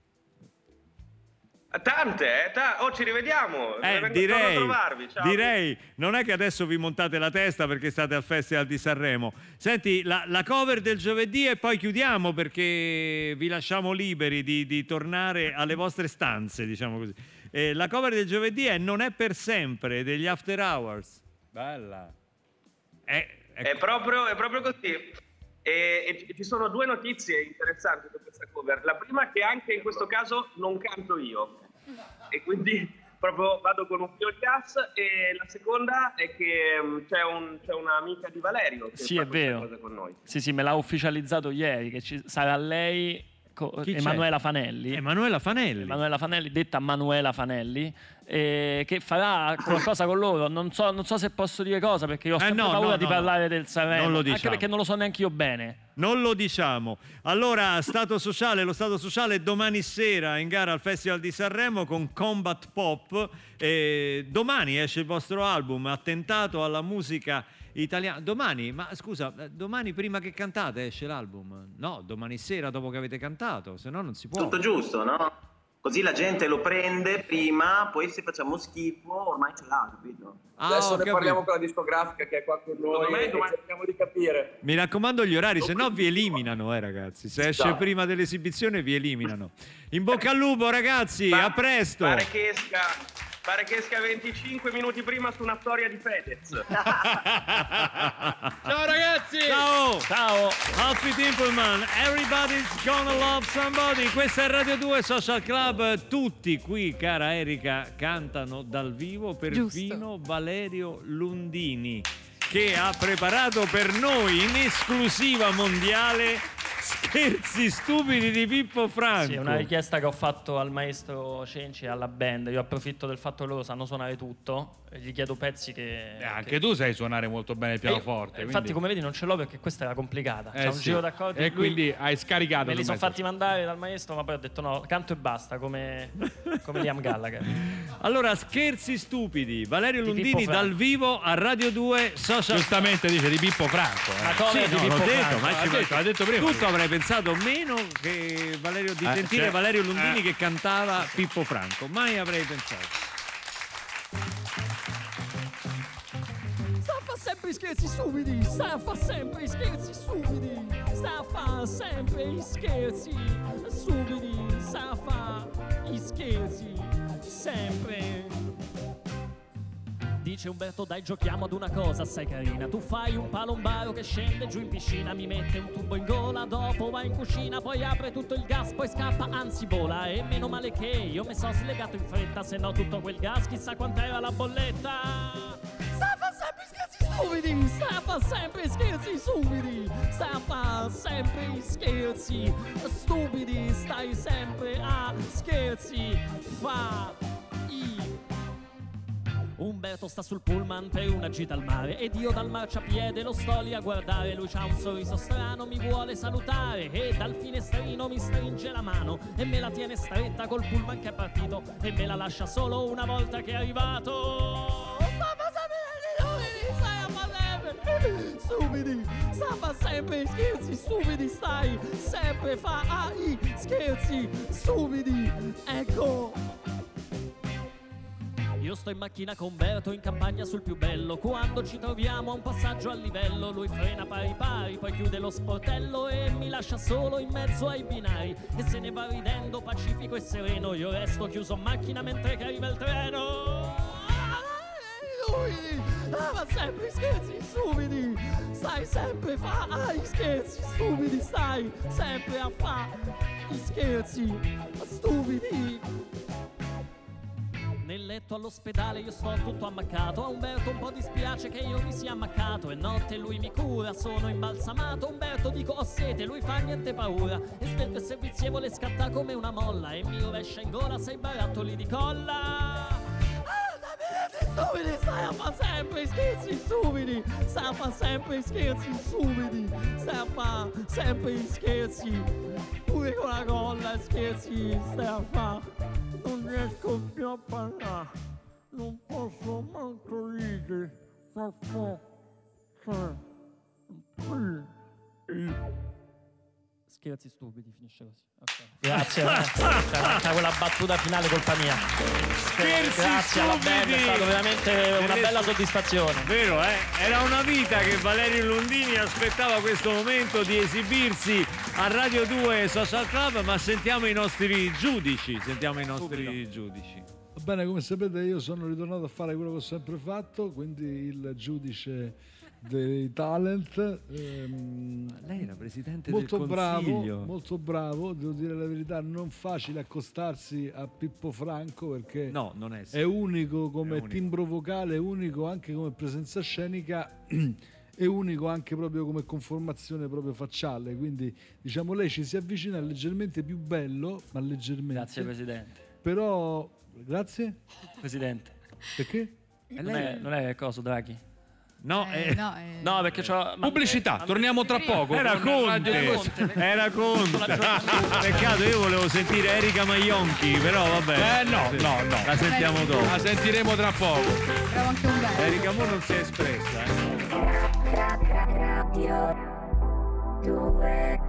Tante, ci rivediamo. Torno a trovarvi. Ciao. Direi, non è che adesso vi montate la testa perché state al Festival di Sanremo. Senti, la cover del giovedì e poi chiudiamo perché vi lasciamo liberi di tornare alle vostre stanze, diciamo così. La cover del giovedì è Non è per sempre degli After Hours. Bella. È proprio così. E ci sono 2 notizie interessanti per questa cover. La prima è che anche in questo caso non canto io e quindi proprio vado con un filo di gas, e la seconda è che c'è un'amica di Valerio che sì, fa è vero. cosa con noi. Sì, me l'ha ufficializzato ieri che sarà lei Emanuela Fanelli. Emanuela Fanelli, detta Manuela Fanelli, che farà qualcosa con loro. Non so se posso dire cosa perché io ho sempre paura di parlare del Sanremo. Non lo diciamo. Anche perché non lo so neanche io bene. Non lo diciamo. Allora, lo Stato Sociale domani sera in gara al Festival di Sanremo con Combat Pop. Domani esce il vostro album Attentato alla musica italiana. Domani prima che cantate esce l'album? No, domani sera dopo che avete cantato, se no non si può. Tutto giusto, no? Così la gente lo prende prima, poi se facciamo schifo ormai ce l'ha, capito? Adesso ne parliamo con la discografica che è qua con noi e cerchiamo di capire. Mi raccomando gli orari, se no vi eliminano, ragazzi. Se esce prima dell'esibizione vi eliminano. In bocca al lupo, ragazzi, a presto. Pare che esca 25 minuti prima su una storia di Fedez. Ciao ragazzi! Ciao! Alfie Templeman, Everybody's Gonna Love Somebody. Questa è Radio 2 Social Club. Tutti qui, cara Erika, cantano dal vivo, perfino Valerio Lundini, che ha preparato per noi in esclusiva mondiale Scherzi stupidi di Pippo Franco. Sì, è una richiesta che ho fatto al maestro Cenci e alla band. Io approfitto del fatto che loro sanno suonare tutto e gli chiedo pezzi che... Anche tu sai suonare molto bene il pianoforte. Infatti come vedi non ce l'ho perché questa era complicata. C'è un giro d'accordi e quindi hai scaricato. Me li sono fatti mandare dal maestro, ma poi ho detto no, canto e basta, come Liam Gallagher. Allora, Scherzi stupidi, Valerio Lundini dal vivo a Radio 2 Social. Giustamente dice di Pippo Franco. L'ha detto prima. Tutto avrei pensato meno che di sentire Valerio Lundini che cantava Pippo Franco. Mai avrei pensato. sempre scherzi stupidi, stai a fare sempre scherzi stupidi, stai a fare sempre scherzi stupidi, stai a fare scherzi sempre. Dice Umberto, dai giochiamo ad una cosa assai carina. Tu fai un palombaro che scende giù in piscina, mi mette un tubo in gola, dopo va in cucina, poi apre tutto il gas, poi scappa, anzi vola. E meno male che io mi sono slegato in fretta, se no tutto quel gas chissà quant'era la bolletta. Stai a fare sempre scherzi stupidi, stai a fare sempre scherzi stupidi, stai a fare sempre scherzi stupidi, stai sempre a scherzi Umberto sta sul pullman per una gita al mare ed io dal marciapiede lo sto lì a guardare. Lui c'ha un sorriso strano, mi vuole salutare e dal finestrino mi stringe la mano e me la tiene stretta col pullman che è partito e me la lascia solo una volta che è arrivato. Stupidi, stai a sempre scherzi stupidi, stai sempre scherzi stupidi, ecco. Io sto in macchina con Umberto in campagna sul più bello. Quando ci troviamo a un passaggio a livello, lui frena pari pari, poi chiude lo sportello e mi lascia solo in mezzo ai binari e se ne va ridendo pacifico e sereno. Io resto chiuso in macchina mentre che arriva il treno. Ma sempre scherzi stupidi, stai sempre scherzi stupidi, stai sempre a scherzi stupidi. Nel letto all'ospedale io sto tutto ammaccato. A Umberto un po' dispiace che io mi sia ammaccato. E notte lui mi cura, sono imbalsamato. Umberto dico ho sete, lui fa niente paura. Esperto e servizievole scatta come una molla e mi rovescia in gola 6 barattoli di colla. Stupidi, stai a fare sempre scherzi stupidi, stai a fare sempre scherzi stupidi, stai a fare sempre scherzi, pure con la colla scherzi stai a fare. Non riesco più a parlare, non posso manco ridere, scherzi stupidi, finisce così. Okay. Grazie, c'era quella battuta finale colpa mia. Scherzi grazie alla band, è stato veramente una bella soddisfazione. Vero, eh? Era una vita che Valerio Lundini aspettava questo momento di esibirsi a Radio 2 Social Club, ma sentiamo i nostri giudici. Va bene, come sapete io sono ritornato a fare quello che ho sempre fatto, quindi il giudice dei talent. Lei era presidente molto del Consiglio. molto bravo, devo dire la verità, non facile accostarsi a Pippo Franco perché no, non è unico come timbro vocale, è unico anche come presenza scenica, è unico anche proprio come conformazione proprio facciale, quindi diciamo lei ci si avvicina, è leggermente più bello, ma leggermente. Grazie Presidente. Però grazie Presidente. Perché? Non è coso Draghi? No, no, perché c'ho pubblicità, torniamo tra poco. Era Conte. Peccato, io volevo sentire Erika Maionchi, però vabbè. No. La sentiamo dopo. La sentiremo tra poco. Bravo anche un bello. Erika Mo non si è espressa. Radio 2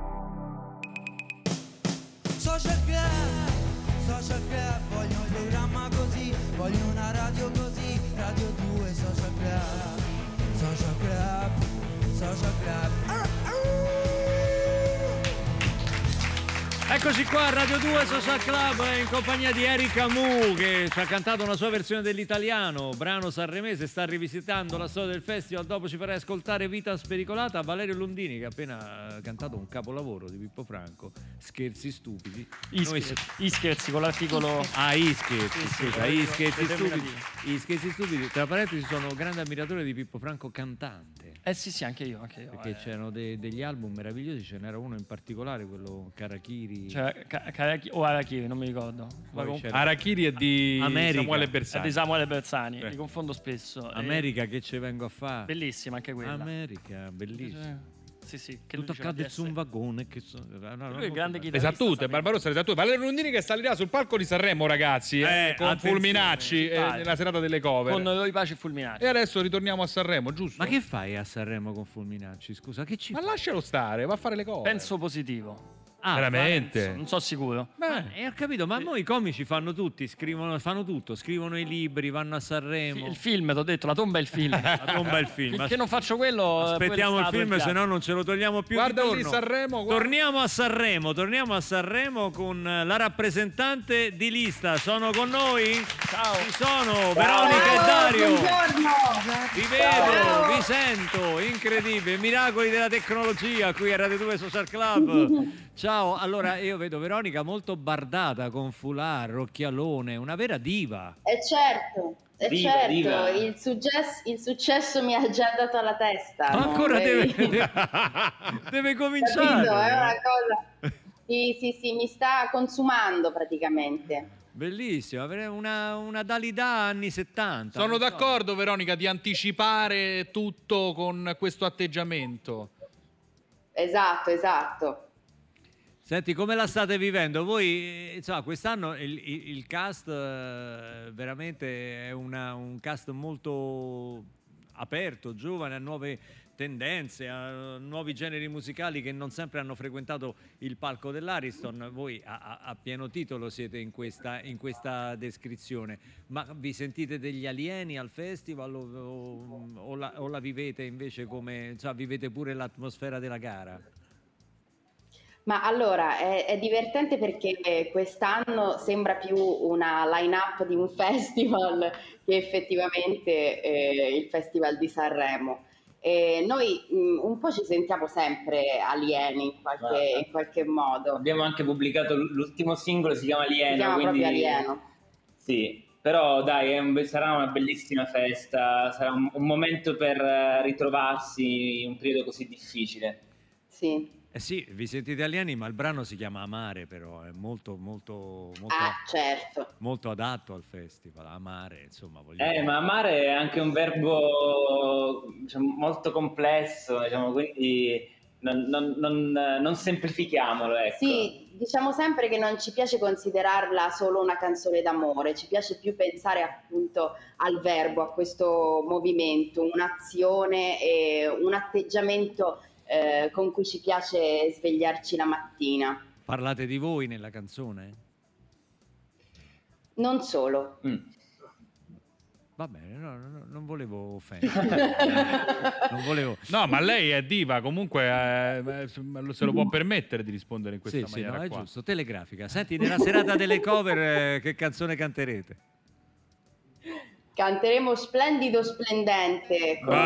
Social Club, voglio un programma così, voglio una radio così, Radio 2 Social Club. Eccoci qua a Radio 2 Social Club in compagnia di Erika Mu che ci ha cantato una sua versione dell'italiano, brano sanremese, sta rivisitando la storia del festival. Dopo ci farai ascoltare Vita spericolata. Valerio Lundini che ha appena cantato un capolavoro di Pippo Franco, Scherzi stupidi. Scherzi con l'articolo Scherzi stupidi. Tra parentesi sono grande ammiratore di Pippo Franco cantante. Sì, anche io. Perché c'erano degli album meravigliosi, ce n'era uno in particolare, quello Karachiri. Cioè, o Arachiri, non mi ricordo. Arachiri è di America. Samuele Bersani. È di Samuele Bersani, li confondo spesso. America, che ci vengo a fare? Bellissima anche quella. America, bellissima. Sì, che tutto accade su un vagone che lui è grande chitarrista. Esattamente, Barbarossa, Valerio Lundini che salirà sul palco di Sanremo, ragazzi, con Fulminacci nella serata delle cover. Con Noi Pace e Fulminacci. E adesso ritorniamo a Sanremo, giusto? Ma che fai a Sanremo con Fulminacci? Scusa, che ci Ma lascialo stare, va a fare le cose. Penso positivo. veramente? Non so sicuro. Ho capito, ma noi i comici fanno tutti, fanno tutto, scrivono i libri, vanno a Sanremo. Il film, ti ho detto, la tomba è il film. La tomba è il film. Finché non faccio quello, aspettiamo il film, se no non ce lo togliamo più. Guarda di lì torno. Sanremo. Torniamo a Sanremo con la rappresentante di lista. Sono con noi? Ciao. Ci sono Veronica e Dario. Buongiorno. Vi vedo, vi sento, incredibile, miracoli della tecnologia qui a Radio 2 Social Club. Ciao, allora io vedo Veronica molto bardata con foulard, occhialone, una vera diva. Certo. Diva. Il successo mi ha già dato alla testa. Ma ancora deve cominciare. Capito? È una cosa. Sì, mi sta consumando praticamente. Bellissimo, avere una Dalida anni 70. Sono d'accordo, Veronica, di anticipare tutto con questo atteggiamento. Esatto. Senti, come la state vivendo? Voi, insomma, quest'anno il cast veramente è un cast molto aperto, giovane, a nuove tendenze, a nuovi generi musicali che non sempre hanno frequentato il palco dell'Ariston. Voi a pieno titolo siete in questa descrizione, ma vi sentite degli alieni al festival o la vivete invece come, cioè, vivete pure l'atmosfera della gara? Ma allora è divertente perché quest'anno sembra più una line-up di un festival che effettivamente il Festival di Sanremo. E noi un po' ci sentiamo sempre alieni in qualche modo. Abbiamo anche pubblicato l'ultimo singolo, si chiama Alieno. Si chiama quindi... proprio Alieno. Sì, però dai, sarà una bellissima festa, sarà un momento per ritrovarsi in un periodo così difficile. Sì. Sì, vi sentite alieni, ma il brano si chiama Amare, però è molto certo. Molto adatto al festival. Amare, insomma, dire. Ma amare è anche un verbo, diciamo, molto complesso, diciamo, quindi non semplifichiamolo, ecco. Sì, diciamo sempre che non ci piace considerarla solo una canzone d'amore, ci piace più pensare appunto al verbo, a questo movimento, un'azione e un atteggiamento con cui ci piace svegliarci la mattina. Parlate di voi nella canzone? Non solo. Va bene, non volevo offendere. No, ma lei è diva, comunque se lo può permettere di rispondere in questa maniera. No, è qua. giusto, telegrafica. Senti, nella serata delle cover che canzone canterete? Canteremo Splendido Splendente con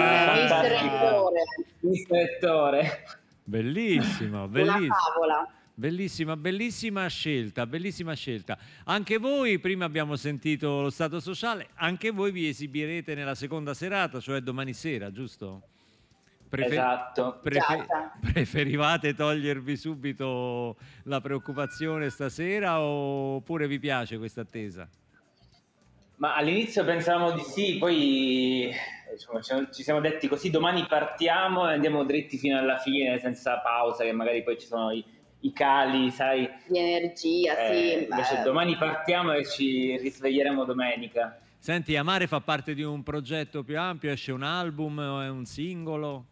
Mister Ettore. Bellissimo, una favola. Bellissima scelta. Anche voi, prima abbiamo sentito lo Stato Sociale, anche voi vi esibirete nella seconda serata, cioè domani sera, giusto? Esatto. Preferivate togliervi subito la preoccupazione stasera oppure vi piace questa attesa? Ma all'inizio pensavamo di sì, poi ci siamo detti così, domani partiamo e andiamo dritti fino alla fine senza pausa, che magari poi ci sono i cali, sai, di energia, sì. Invece domani partiamo e ci risveglieremo domenica. Senti, Amare fa parte di un progetto più ampio, esce un album o è un singolo?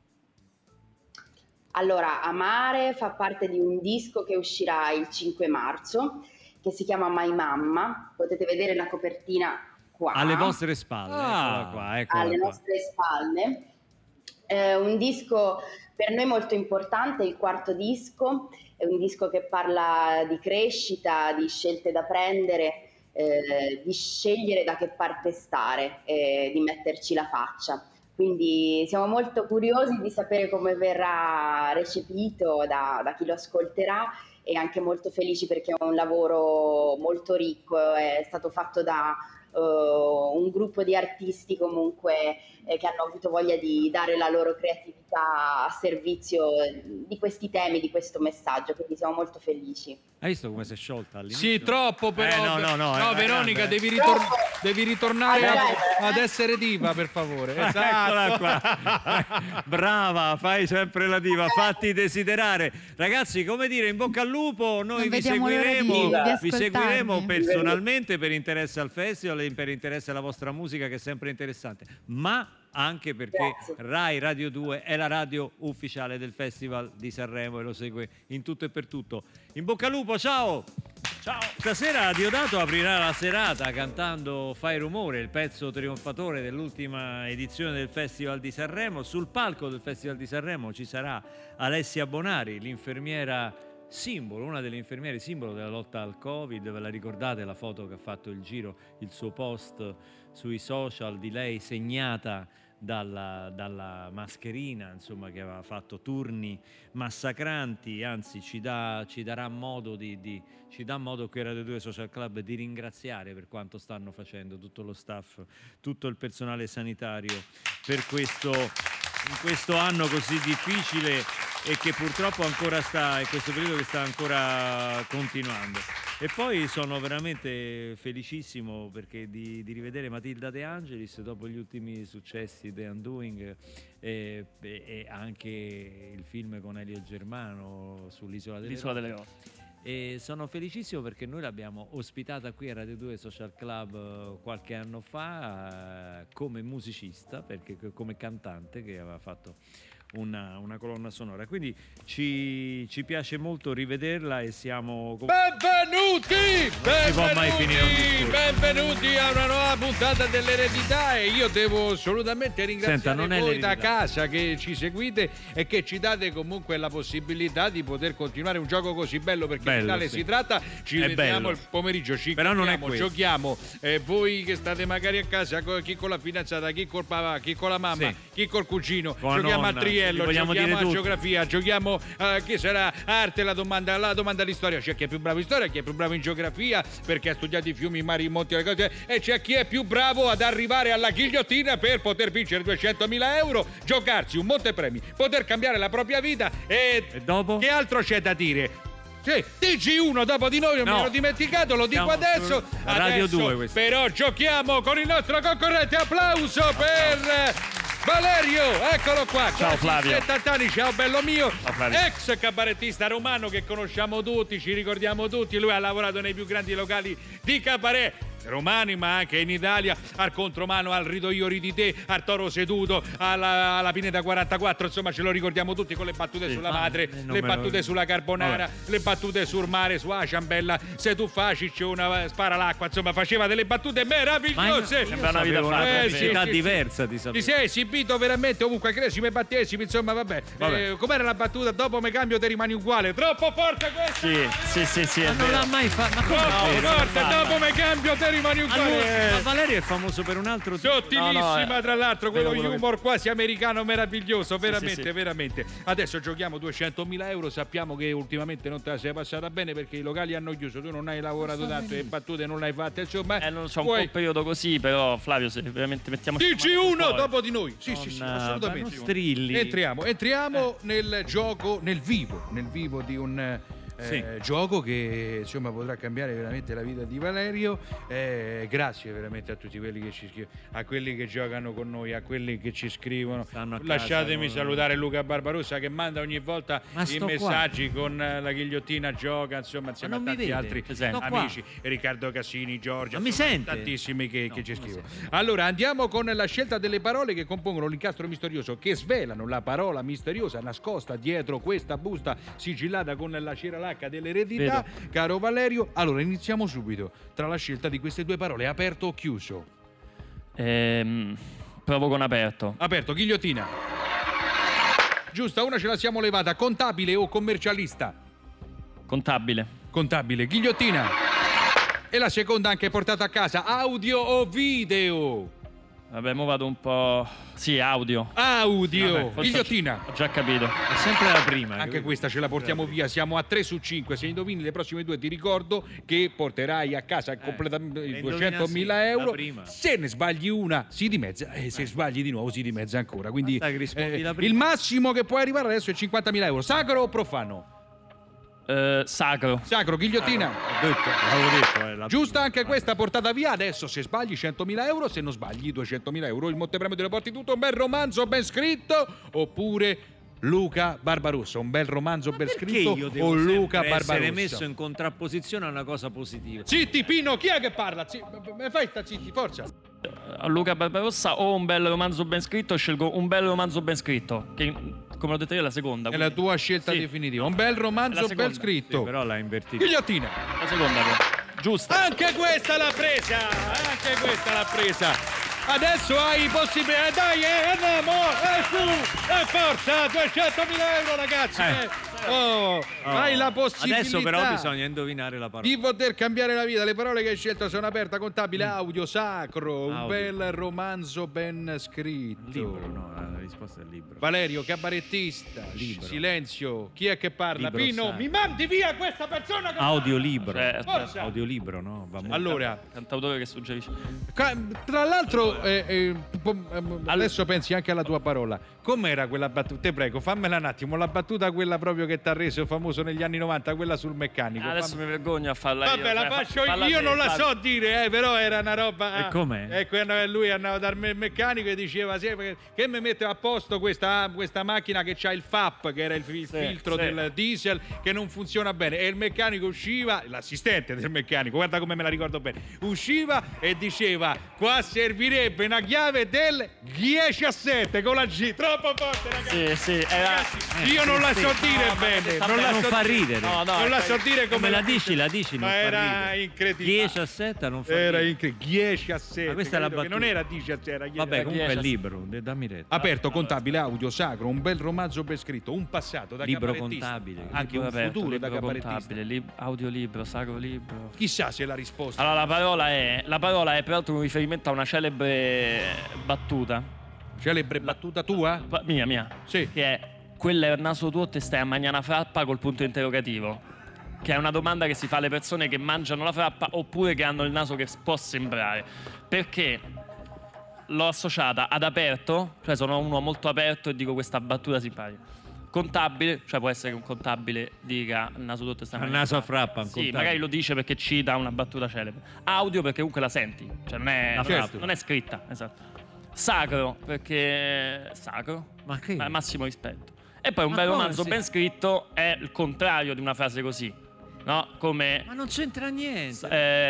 Allora, Amare fa parte di un disco che uscirà il 5 marzo, che si chiama My Mamma, potete vedere la copertina qua. Alle vostre spalle, eccola qua. Alle nostre spalle. Un disco per noi molto importante, il quarto disco, è un disco che parla di crescita, di scelte da prendere, di scegliere da che parte stare, di metterci la faccia. Quindi siamo molto curiosi di sapere come verrà recepito da chi lo ascolterà e anche molto felici perché è un lavoro molto ricco, è stato fatto da un gruppo di artisti comunque che hanno avuto voglia di dare la loro creatività a servizio di questi temi, di questo messaggio, quindi siamo molto felici. Hai visto come si è sciolta all'inizio? Sì, troppo però. No, Veronica, devi ritornare ad essere diva, per favore. Eccola qua. Brava, fai sempre la diva, fatti desiderare. Ragazzi, come dire, in bocca al lupo, noi vi seguiremo personalmente per interesse al festival per l'interesse alla vostra musica, che è sempre interessante, ma anche perché Rai Radio 2 è la radio ufficiale del Festival di Sanremo e lo segue in tutto e per tutto. In bocca al lupo, ciao! Ciao! Stasera Diodato aprirà la serata cantando Fai rumore, il pezzo trionfatore dell'ultima edizione del Festival di Sanremo. Sul palco del Festival di Sanremo ci sarà Alessia Bonari, l'infermiera simbolo, una delle infermiere simbolo della lotta al Covid. Ve la ricordate la foto che ha fatto il giro, il suo post sui social di lei segnata dalla mascherina, insomma, che aveva fatto turni massacranti. Anzi, ci darà modo ci dà modo qui a Radio 2 Social Club di ringraziare per quanto stanno facendo tutto lo staff, tutto il personale sanitario per in questo anno così difficile e che purtroppo ancora sta, in questo periodo che sta ancora continuando. E poi sono veramente felicissimo perché di rivedere Matilda De Angelis dopo gli ultimi successi The Undoing e anche il film con Elio Germano sull'Isola delle Rose. E sono felicissimo perché noi l'abbiamo ospitata qui a Radio 2 Social Club qualche anno fa come musicista, perché come cantante, che aveva fatto una colonna sonora, quindi ci piace molto rivederla e siamo benvenuti a una nuova puntata dell'Eredità. E io devo assolutamente ringraziare voi da casa che ci seguite e che ci date comunque la possibilità di poter continuare un gioco così bello, perché in finale si tratta, ci vediamo il pomeriggio, ci però non è giochiamo, voi che state magari a casa, chi con la fidanzata, chi col papà, chi con la mamma, chi col cugino, giochiamo a triello, giochiamo a geografia, giochiamo chi sarà arte, la domanda di storia. C'è chi è più bravo in storia, chi è più bravo in geografia perché ha studiato i fiumi, i mari, i monti, le cose, e c'è chi è più bravo ad arrivare alla ghigliottina per poter vincere 200.000 euro, giocarsi un montepremi, poter cambiare la propria vita e dopo? Che altro c'è da dire? Sì, TG1 dopo di noi, non mi ero dimenticato, lo dico adesso. Radio 2 questo. Però giochiamo con il nostro concorrente. Applauso per Valerio, eccolo qua. Ciao Flavio. 70 anni, ciao bello mio. Ex cabarettista romano che conosciamo tutti, ci ricordiamo tutti. Lui ha lavorato nei più grandi locali di cabaret romani, ma anche in Italia, al Contromano, al Rido io ridi te, al Toro seduto, alla Pineta 44, insomma ce lo ricordiamo tutti, con le battute sulla madre, le battute sulla carbonara, le battute sul mare, su ciambella, se tu faci c'è una spara l'acqua, insomma faceva delle battute meravigliose. Sembra una vita fatta, diversa di sapere. Ti sei esibito veramente ovunque, crescimi e battesimi, insomma vabbè. Com'era la battuta? Dopo me cambio te rimani uguale. Troppo forte questa! Sì, ma non l'ha mai fatto. Ma troppo forte, dopo me cambio te rimani uguale. Ma Valerio è famoso per un altro sottilissima, tra l'altro, quello humor quasi americano meraviglioso, veramente, veramente. Adesso giochiamo 200.000 euro. Sappiamo che ultimamente non te la sei passata bene perché i locali hanno chiuso, tu non hai lavorato tanto e battute non le hai fatte, insomma. Non so, un po' un periodo così, però Flavio, se veramente mettiamo TG1 dopo di noi. Sì, assolutamente. Strilli. Entriamo nel gioco, nel vivo di un gioco che insomma potrà cambiare veramente la vita di Valerio. Grazie veramente a tutti quelli che ci scrivono, a quelli che giocano con noi, a quelli che ci scrivono. Lasciatemi salutare Luca Barbarossa che manda ogni volta i messaggi con la ghigliottina gioca, insomma, insieme a tanti altri amici, Riccardo Cassini, Giorgia, mi sente? Tantissimi che ci scrivono. Allora andiamo con la scelta delle parole che compongono l'incastro misterioso, che svelano la parola misteriosa nascosta dietro questa busta sigillata con la cera dell'eredità. Caro Valerio, allora iniziamo subito. Tra la scelta di queste due parole, aperto o chiuso? Provo con aperto. Aperto, ghigliottina. Giusta, una ce la siamo levata. Contabile o commercialista? Contabile, ghigliottina. E la seconda anche portata a casa, audio o video? Vabbè, mo vado un po'. Sì, audio. Vabbè, ghigliottina. Ho già capito. È sempre la prima. Anche questa ce la portiamo via. Siamo a 3 su 5. Se indovini le prossime due, ti ricordo che porterai a casa completamente 200.000 euro. Se ne sbagli una, si dimezza. E se sbagli di nuovo, si dimezza ancora. Quindi il massimo che puoi arrivare adesso è 50.000 euro. Sacro o profano? Sacro, ghigliottina. L'avevo detto. Giusta anche questa, portata via. Adesso se sbagli 100.000 euro, se non sbagli 200.000 euro. Il montepremio te lo porti tutto, un bel romanzo ben scritto, oppure Luca Barbarossa, un bel romanzo ben scritto io devo o Luca sempre essere Barbarossa? messo in contrapposizione a una cosa positiva? Zitti Pino, chi è che parla? Fai sta zitti, forza. A Luca Barbarossa o un bel romanzo ben scritto, scelgo un bel romanzo ben scritto, che come ho detto io è la seconda. È la tua scelta definitiva. Un bel romanzo ben scritto. Sì, però l'ha invertito. Ghigliottina. La seconda, giusta. Anche questa l'ha presa. Adesso hai possibilità, dai, andiamo, su, forza, 200.000 euro ragazzi. Hai la possibilità. Adesso però bisogna indovinare la parola. Di poter cambiare la vita. Le parole che hai scelto sono aperta, contabile, audio, sacro, un bel romanzo ben scritto. Libro, no, la risposta è libro. Valerio, cabarettista. Libro. Silenzio, chi è che parla? Libro Pino, sacro. mi mandi via questa persona che Audiolibro. Forza. Audiolibro, no? Va molto. Allora, cantautore che suggerisce. Tra l'altro, adesso pensi anche alla tua parola. Com'era quella battuta? Te prego, fammela un attimo. La battuta quella proprio che ti ha reso famoso negli anni 90, quella sul meccanico. Adesso mi vergogno a farla io. Vabbè, la faccio io, non la so dire, però era una roba. E com'è? Ecco, lui andava dal meccanico e diceva: sì, che mi mette a posto questa macchina che c'ha il FAP, che era il filtro del diesel, che non funziona bene. E il meccanico usciva, l'assistente del meccanico, guarda come me la ricordo bene, usciva e diceva: qua servirebbe una chiave del 10 a 7 con la G. Troppo forte, ragazzi. Sì, ragazzi, io non la so dire bene. Non fa ridere. Non la so dire come la dici, non ma fa era ridere. incredibile. 10 a 7 non fa Era ridere. incredibile. 10 a 7. Ma questa è la che battuta. non era 10 a 7, era 10 Vabbè, a comunque è 10. libro, dammi retta. Aperto, contabile, audio, sacro, un bel romanzo ben scritto, un passato da Libro cabarettista, contabile. anche un futuro da cabarettista. Audiolibro, sacro libro. Chissà se la risposta. Allora, la parola è peraltro un riferimento a una celebre battuta. Celebre battuta tua? Mia. Sì. Che è: quella è il naso tuo, te stai a mangiare una frappa col punto interrogativo. Che è una domanda che si fa alle persone che mangiano la frappa oppure che hanno il naso che può sembrare. Perché l'ho associata ad aperto, cioè sono uno molto aperto e dico questa battuta simpatica. Contabile, cioè può essere che un contabile dica il naso tuo, te stai a mangiare naso a frappa. Sì, magari lo dice perché cita una battuta celebre. Audio perché comunque la senti, cioè non è scritta, esatto. Sacro perché sacro, ma che? Massimo rispetto. E poi un bel romanzo ben scritto è il contrario di una frase così, no? Come ma non c'entra niente.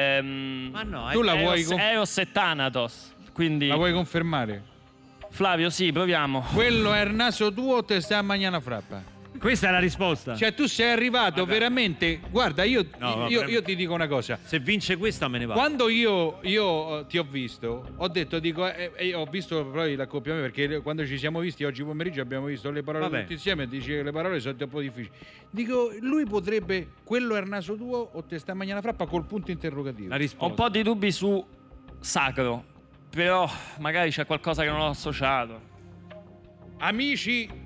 Ma no, tu la vuoi Eros e Thanatos, quindi la vuoi confermare? Flavio, sì, proviamo. Quello è il naso tuo o te stai a mangiare una frappa? Questa è la risposta. Cioè tu sei arrivato veramente. Guarda, io ti dico una cosa. Se vince questa me ne vado. Quando io ti ho visto, ho detto, ho visto poi l'accoppiamento, perché quando ci siamo visti oggi pomeriggio abbiamo visto le parole tutti insieme e dici che le parole sono un po' difficili. Dico, lui potrebbe, quello è il naso tuo o te sta a mangiare una frappa col punto interrogativo? La risposta. Ho un po' di dubbi su sacro, però magari c'è qualcosa che non ho associato. Amici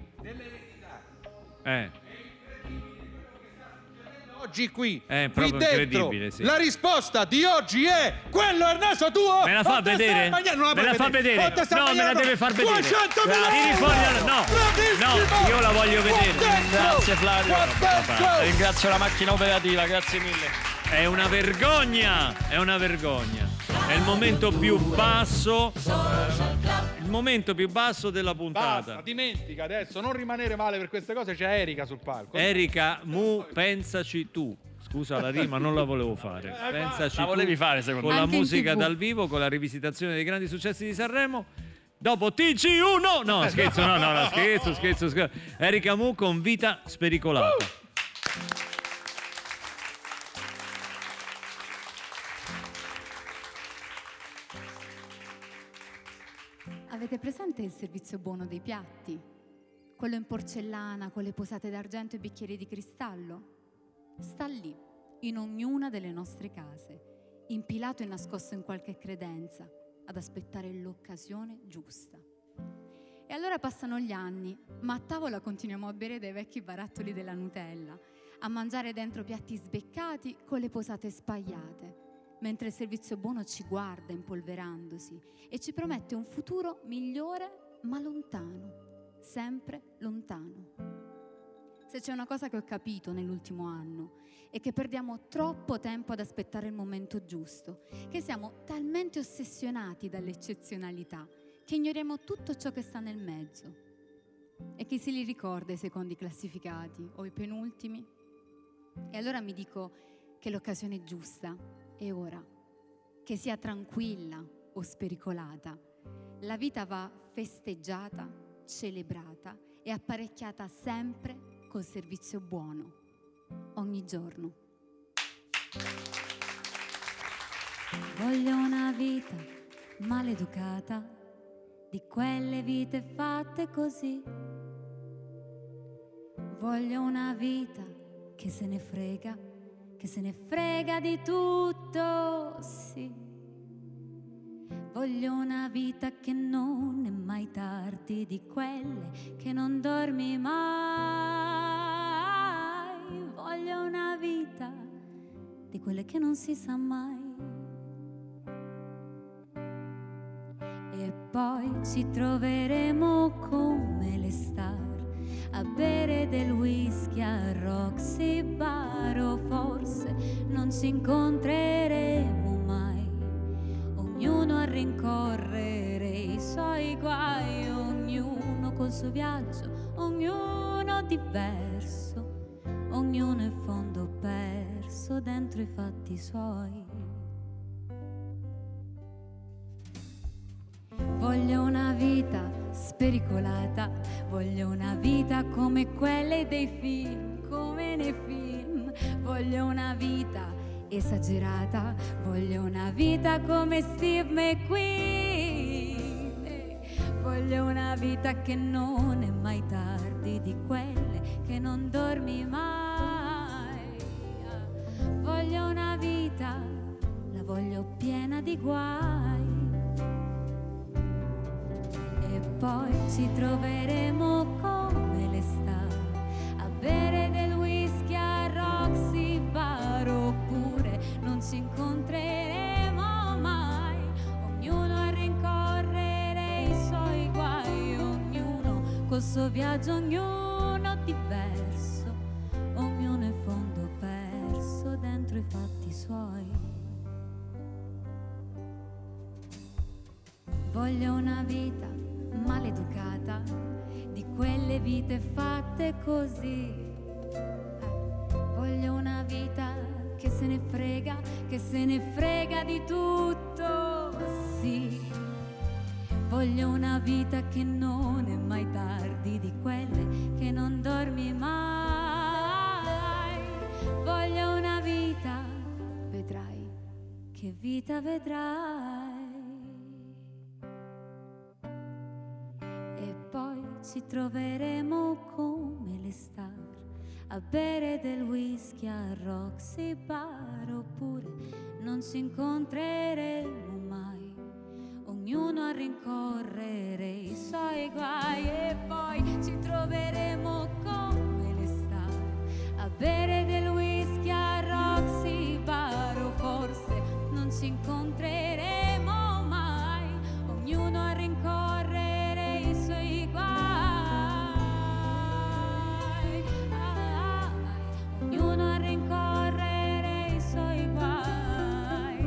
oggi qui dentro sì. La risposta di oggi è: quello è il naso tuo. Me la fa vedere? Me la fa vedere? No, me la deve far vedere. 200.000 euro. No, io la voglio vedere. Grazie Flavio. Ringrazio la macchina operativa, grazie mille. È una vergogna. È il momento più basso. Il momento più basso della puntata. Basta, dimentica adesso, non rimanere male per queste cose. C'è Erika sul palco. Erika, pensaci tu. Scusa la rima, non la volevo fare. Pensaci la volevi fare secondo me. Con la musica dal vivo, con la rivisitazione dei grandi successi di Sanremo. Dopo TG1. No, scherzo, no, scherzo. Erika Mu con Vita spericolata. Avete presente il servizio buono dei piatti? Quello in porcellana con le posate d'argento e bicchieri di cristallo? Sta lì, in ognuna delle nostre case, impilato e nascosto in qualche credenza, ad aspettare l'occasione giusta. E allora passano gli anni, ma a tavola continuiamo a bere dai vecchi barattoli della Nutella, a mangiare dentro piatti sbeccati con le posate spagliate, mentre il servizio buono ci guarda impolverandosi e ci promette un futuro migliore ma lontano, sempre lontano. Se c'è una cosa che ho capito nell'ultimo anno è che perdiamo troppo tempo ad aspettare il momento giusto, che siamo talmente ossessionati dall'eccezionalità che ignoriamo tutto ciò che sta nel mezzo. E chi se li ricorda i secondi classificati o i penultimi? E allora mi dico che l'occasione è giusta, è ora, che sia tranquilla o spericolata. La vita va festeggiata, celebrata e apparecchiata sempre col servizio buono, ogni giorno. Voglio una vita maleducata, di quelle vite fatte così. Voglio una vita che se ne frega di tutto, sì. Voglio una vita che non è mai tardi, di quelle che non dormi mai. Voglio una vita di quelle che non si sa mai. E poi ci troveremo come le star a bere del whisky a Roxy Bar, o forse non ci incontreremo mai, ognuno a rincorrere i suoi guai, ognuno col suo viaggio, ognuno diverso, ognuno in fondo perso dentro i fatti suoi. Voglio una vita spericolata, voglio una vita come quelle dei film, come nei film. Voglio una vita esagerata, voglio una vita come Steve McQueen. Voglio una vita che non è mai tardi, di quelle che non dormi mai. Voglio una vita, la voglio piena di guai. E poi ci troveremo come le star a bere del whisky a Roxy Bar, oppure non ci incontreremo mai, ognuno a rincorrere i suoi guai, ognuno col suo viaggio, ognuno diverso, ognuno in fondo perso dentro i fatti suoi. Voglio una vita maleducata, di quelle vite fatte così. Voglio una vita che se ne frega di tutto, sì. Voglio una vita che non è mai tardi, di quelle che non dormi mai. Voglio una vita, vedrai che vita vedrai. Ci troveremo come le star a bere del whisky a Roxy Bar, oppure non ci incontreremo mai, ognuno a rincorrere i suoi guai. E poi ci troveremo come le star a bere del whisky a Roxy Bar, o forse non ci incontreremo mai, ognuno a rincorrere i suoi guai. Ognuno a rincorrere i suoi guai.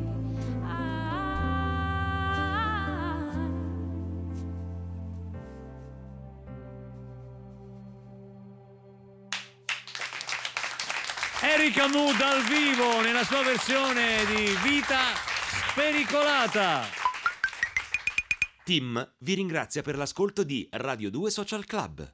Erika Mu dal vivo nella sua versione di Vita Spericolata. Tim vi ringrazia per l'ascolto di Radio 2 Social Club.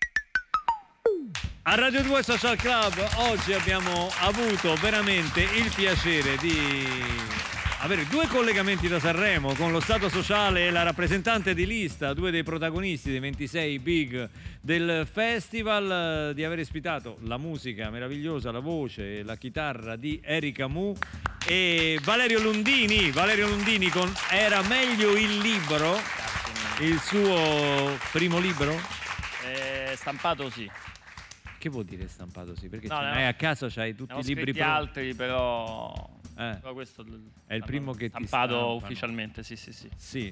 A Radio 2 Social Club oggi abbiamo avuto veramente il piacere di avere due collegamenti da Sanremo con lo Stato Sociale e la rappresentante di lista, due dei protagonisti dei 26 Big del festival, di aver ospitato la musica meravigliosa, la voce e la chitarra di Erika Mu e Valerio Lundini con Era meglio il libro, il suo primo libro? Stampato sì. Che vuol dire stampato sì? Perché hai a casa c'hai tutti i libri pronti. Altri però questo è il primo che ti stampato ufficialmente, sì. Sì,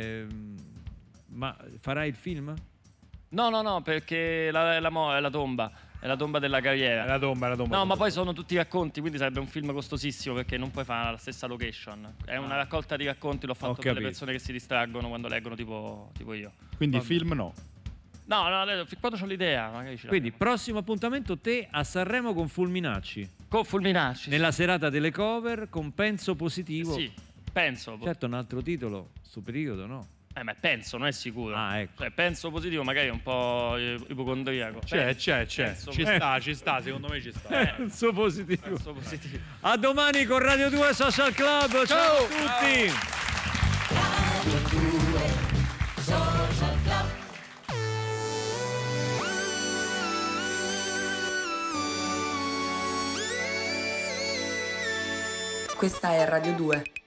ma farai il film? No, perché è la tomba. È la tomba della carriera. È la tomba. No, ma poi sono tutti racconti, quindi sarebbe un film costosissimo perché non puoi fare la stessa location. È una raccolta di racconti, l'ho fatto per le persone che si distraggono quando leggono, tipo io. Quindi film no? No, fin quando c'ho l'idea, magari ce Quindi, prossimo appuntamento te a Sanremo con Fulminacci. Con Fulminacci. Nella serata delle cover con Penso Positivo. Sì, penso. Certo, un altro titolo, sto periodo, no? Ma penso, non è sicuro. Ah, ecco. Cioè, penso positivo, magari è un po' ipocondriaco. C'è. Penso Ci sta, secondo me ci sta. Penso Positivo. Penso positivo. A domani con Radio 2 Social Club. Ciao a tutti. Radio 2 Social Club. Questa è Radio 2.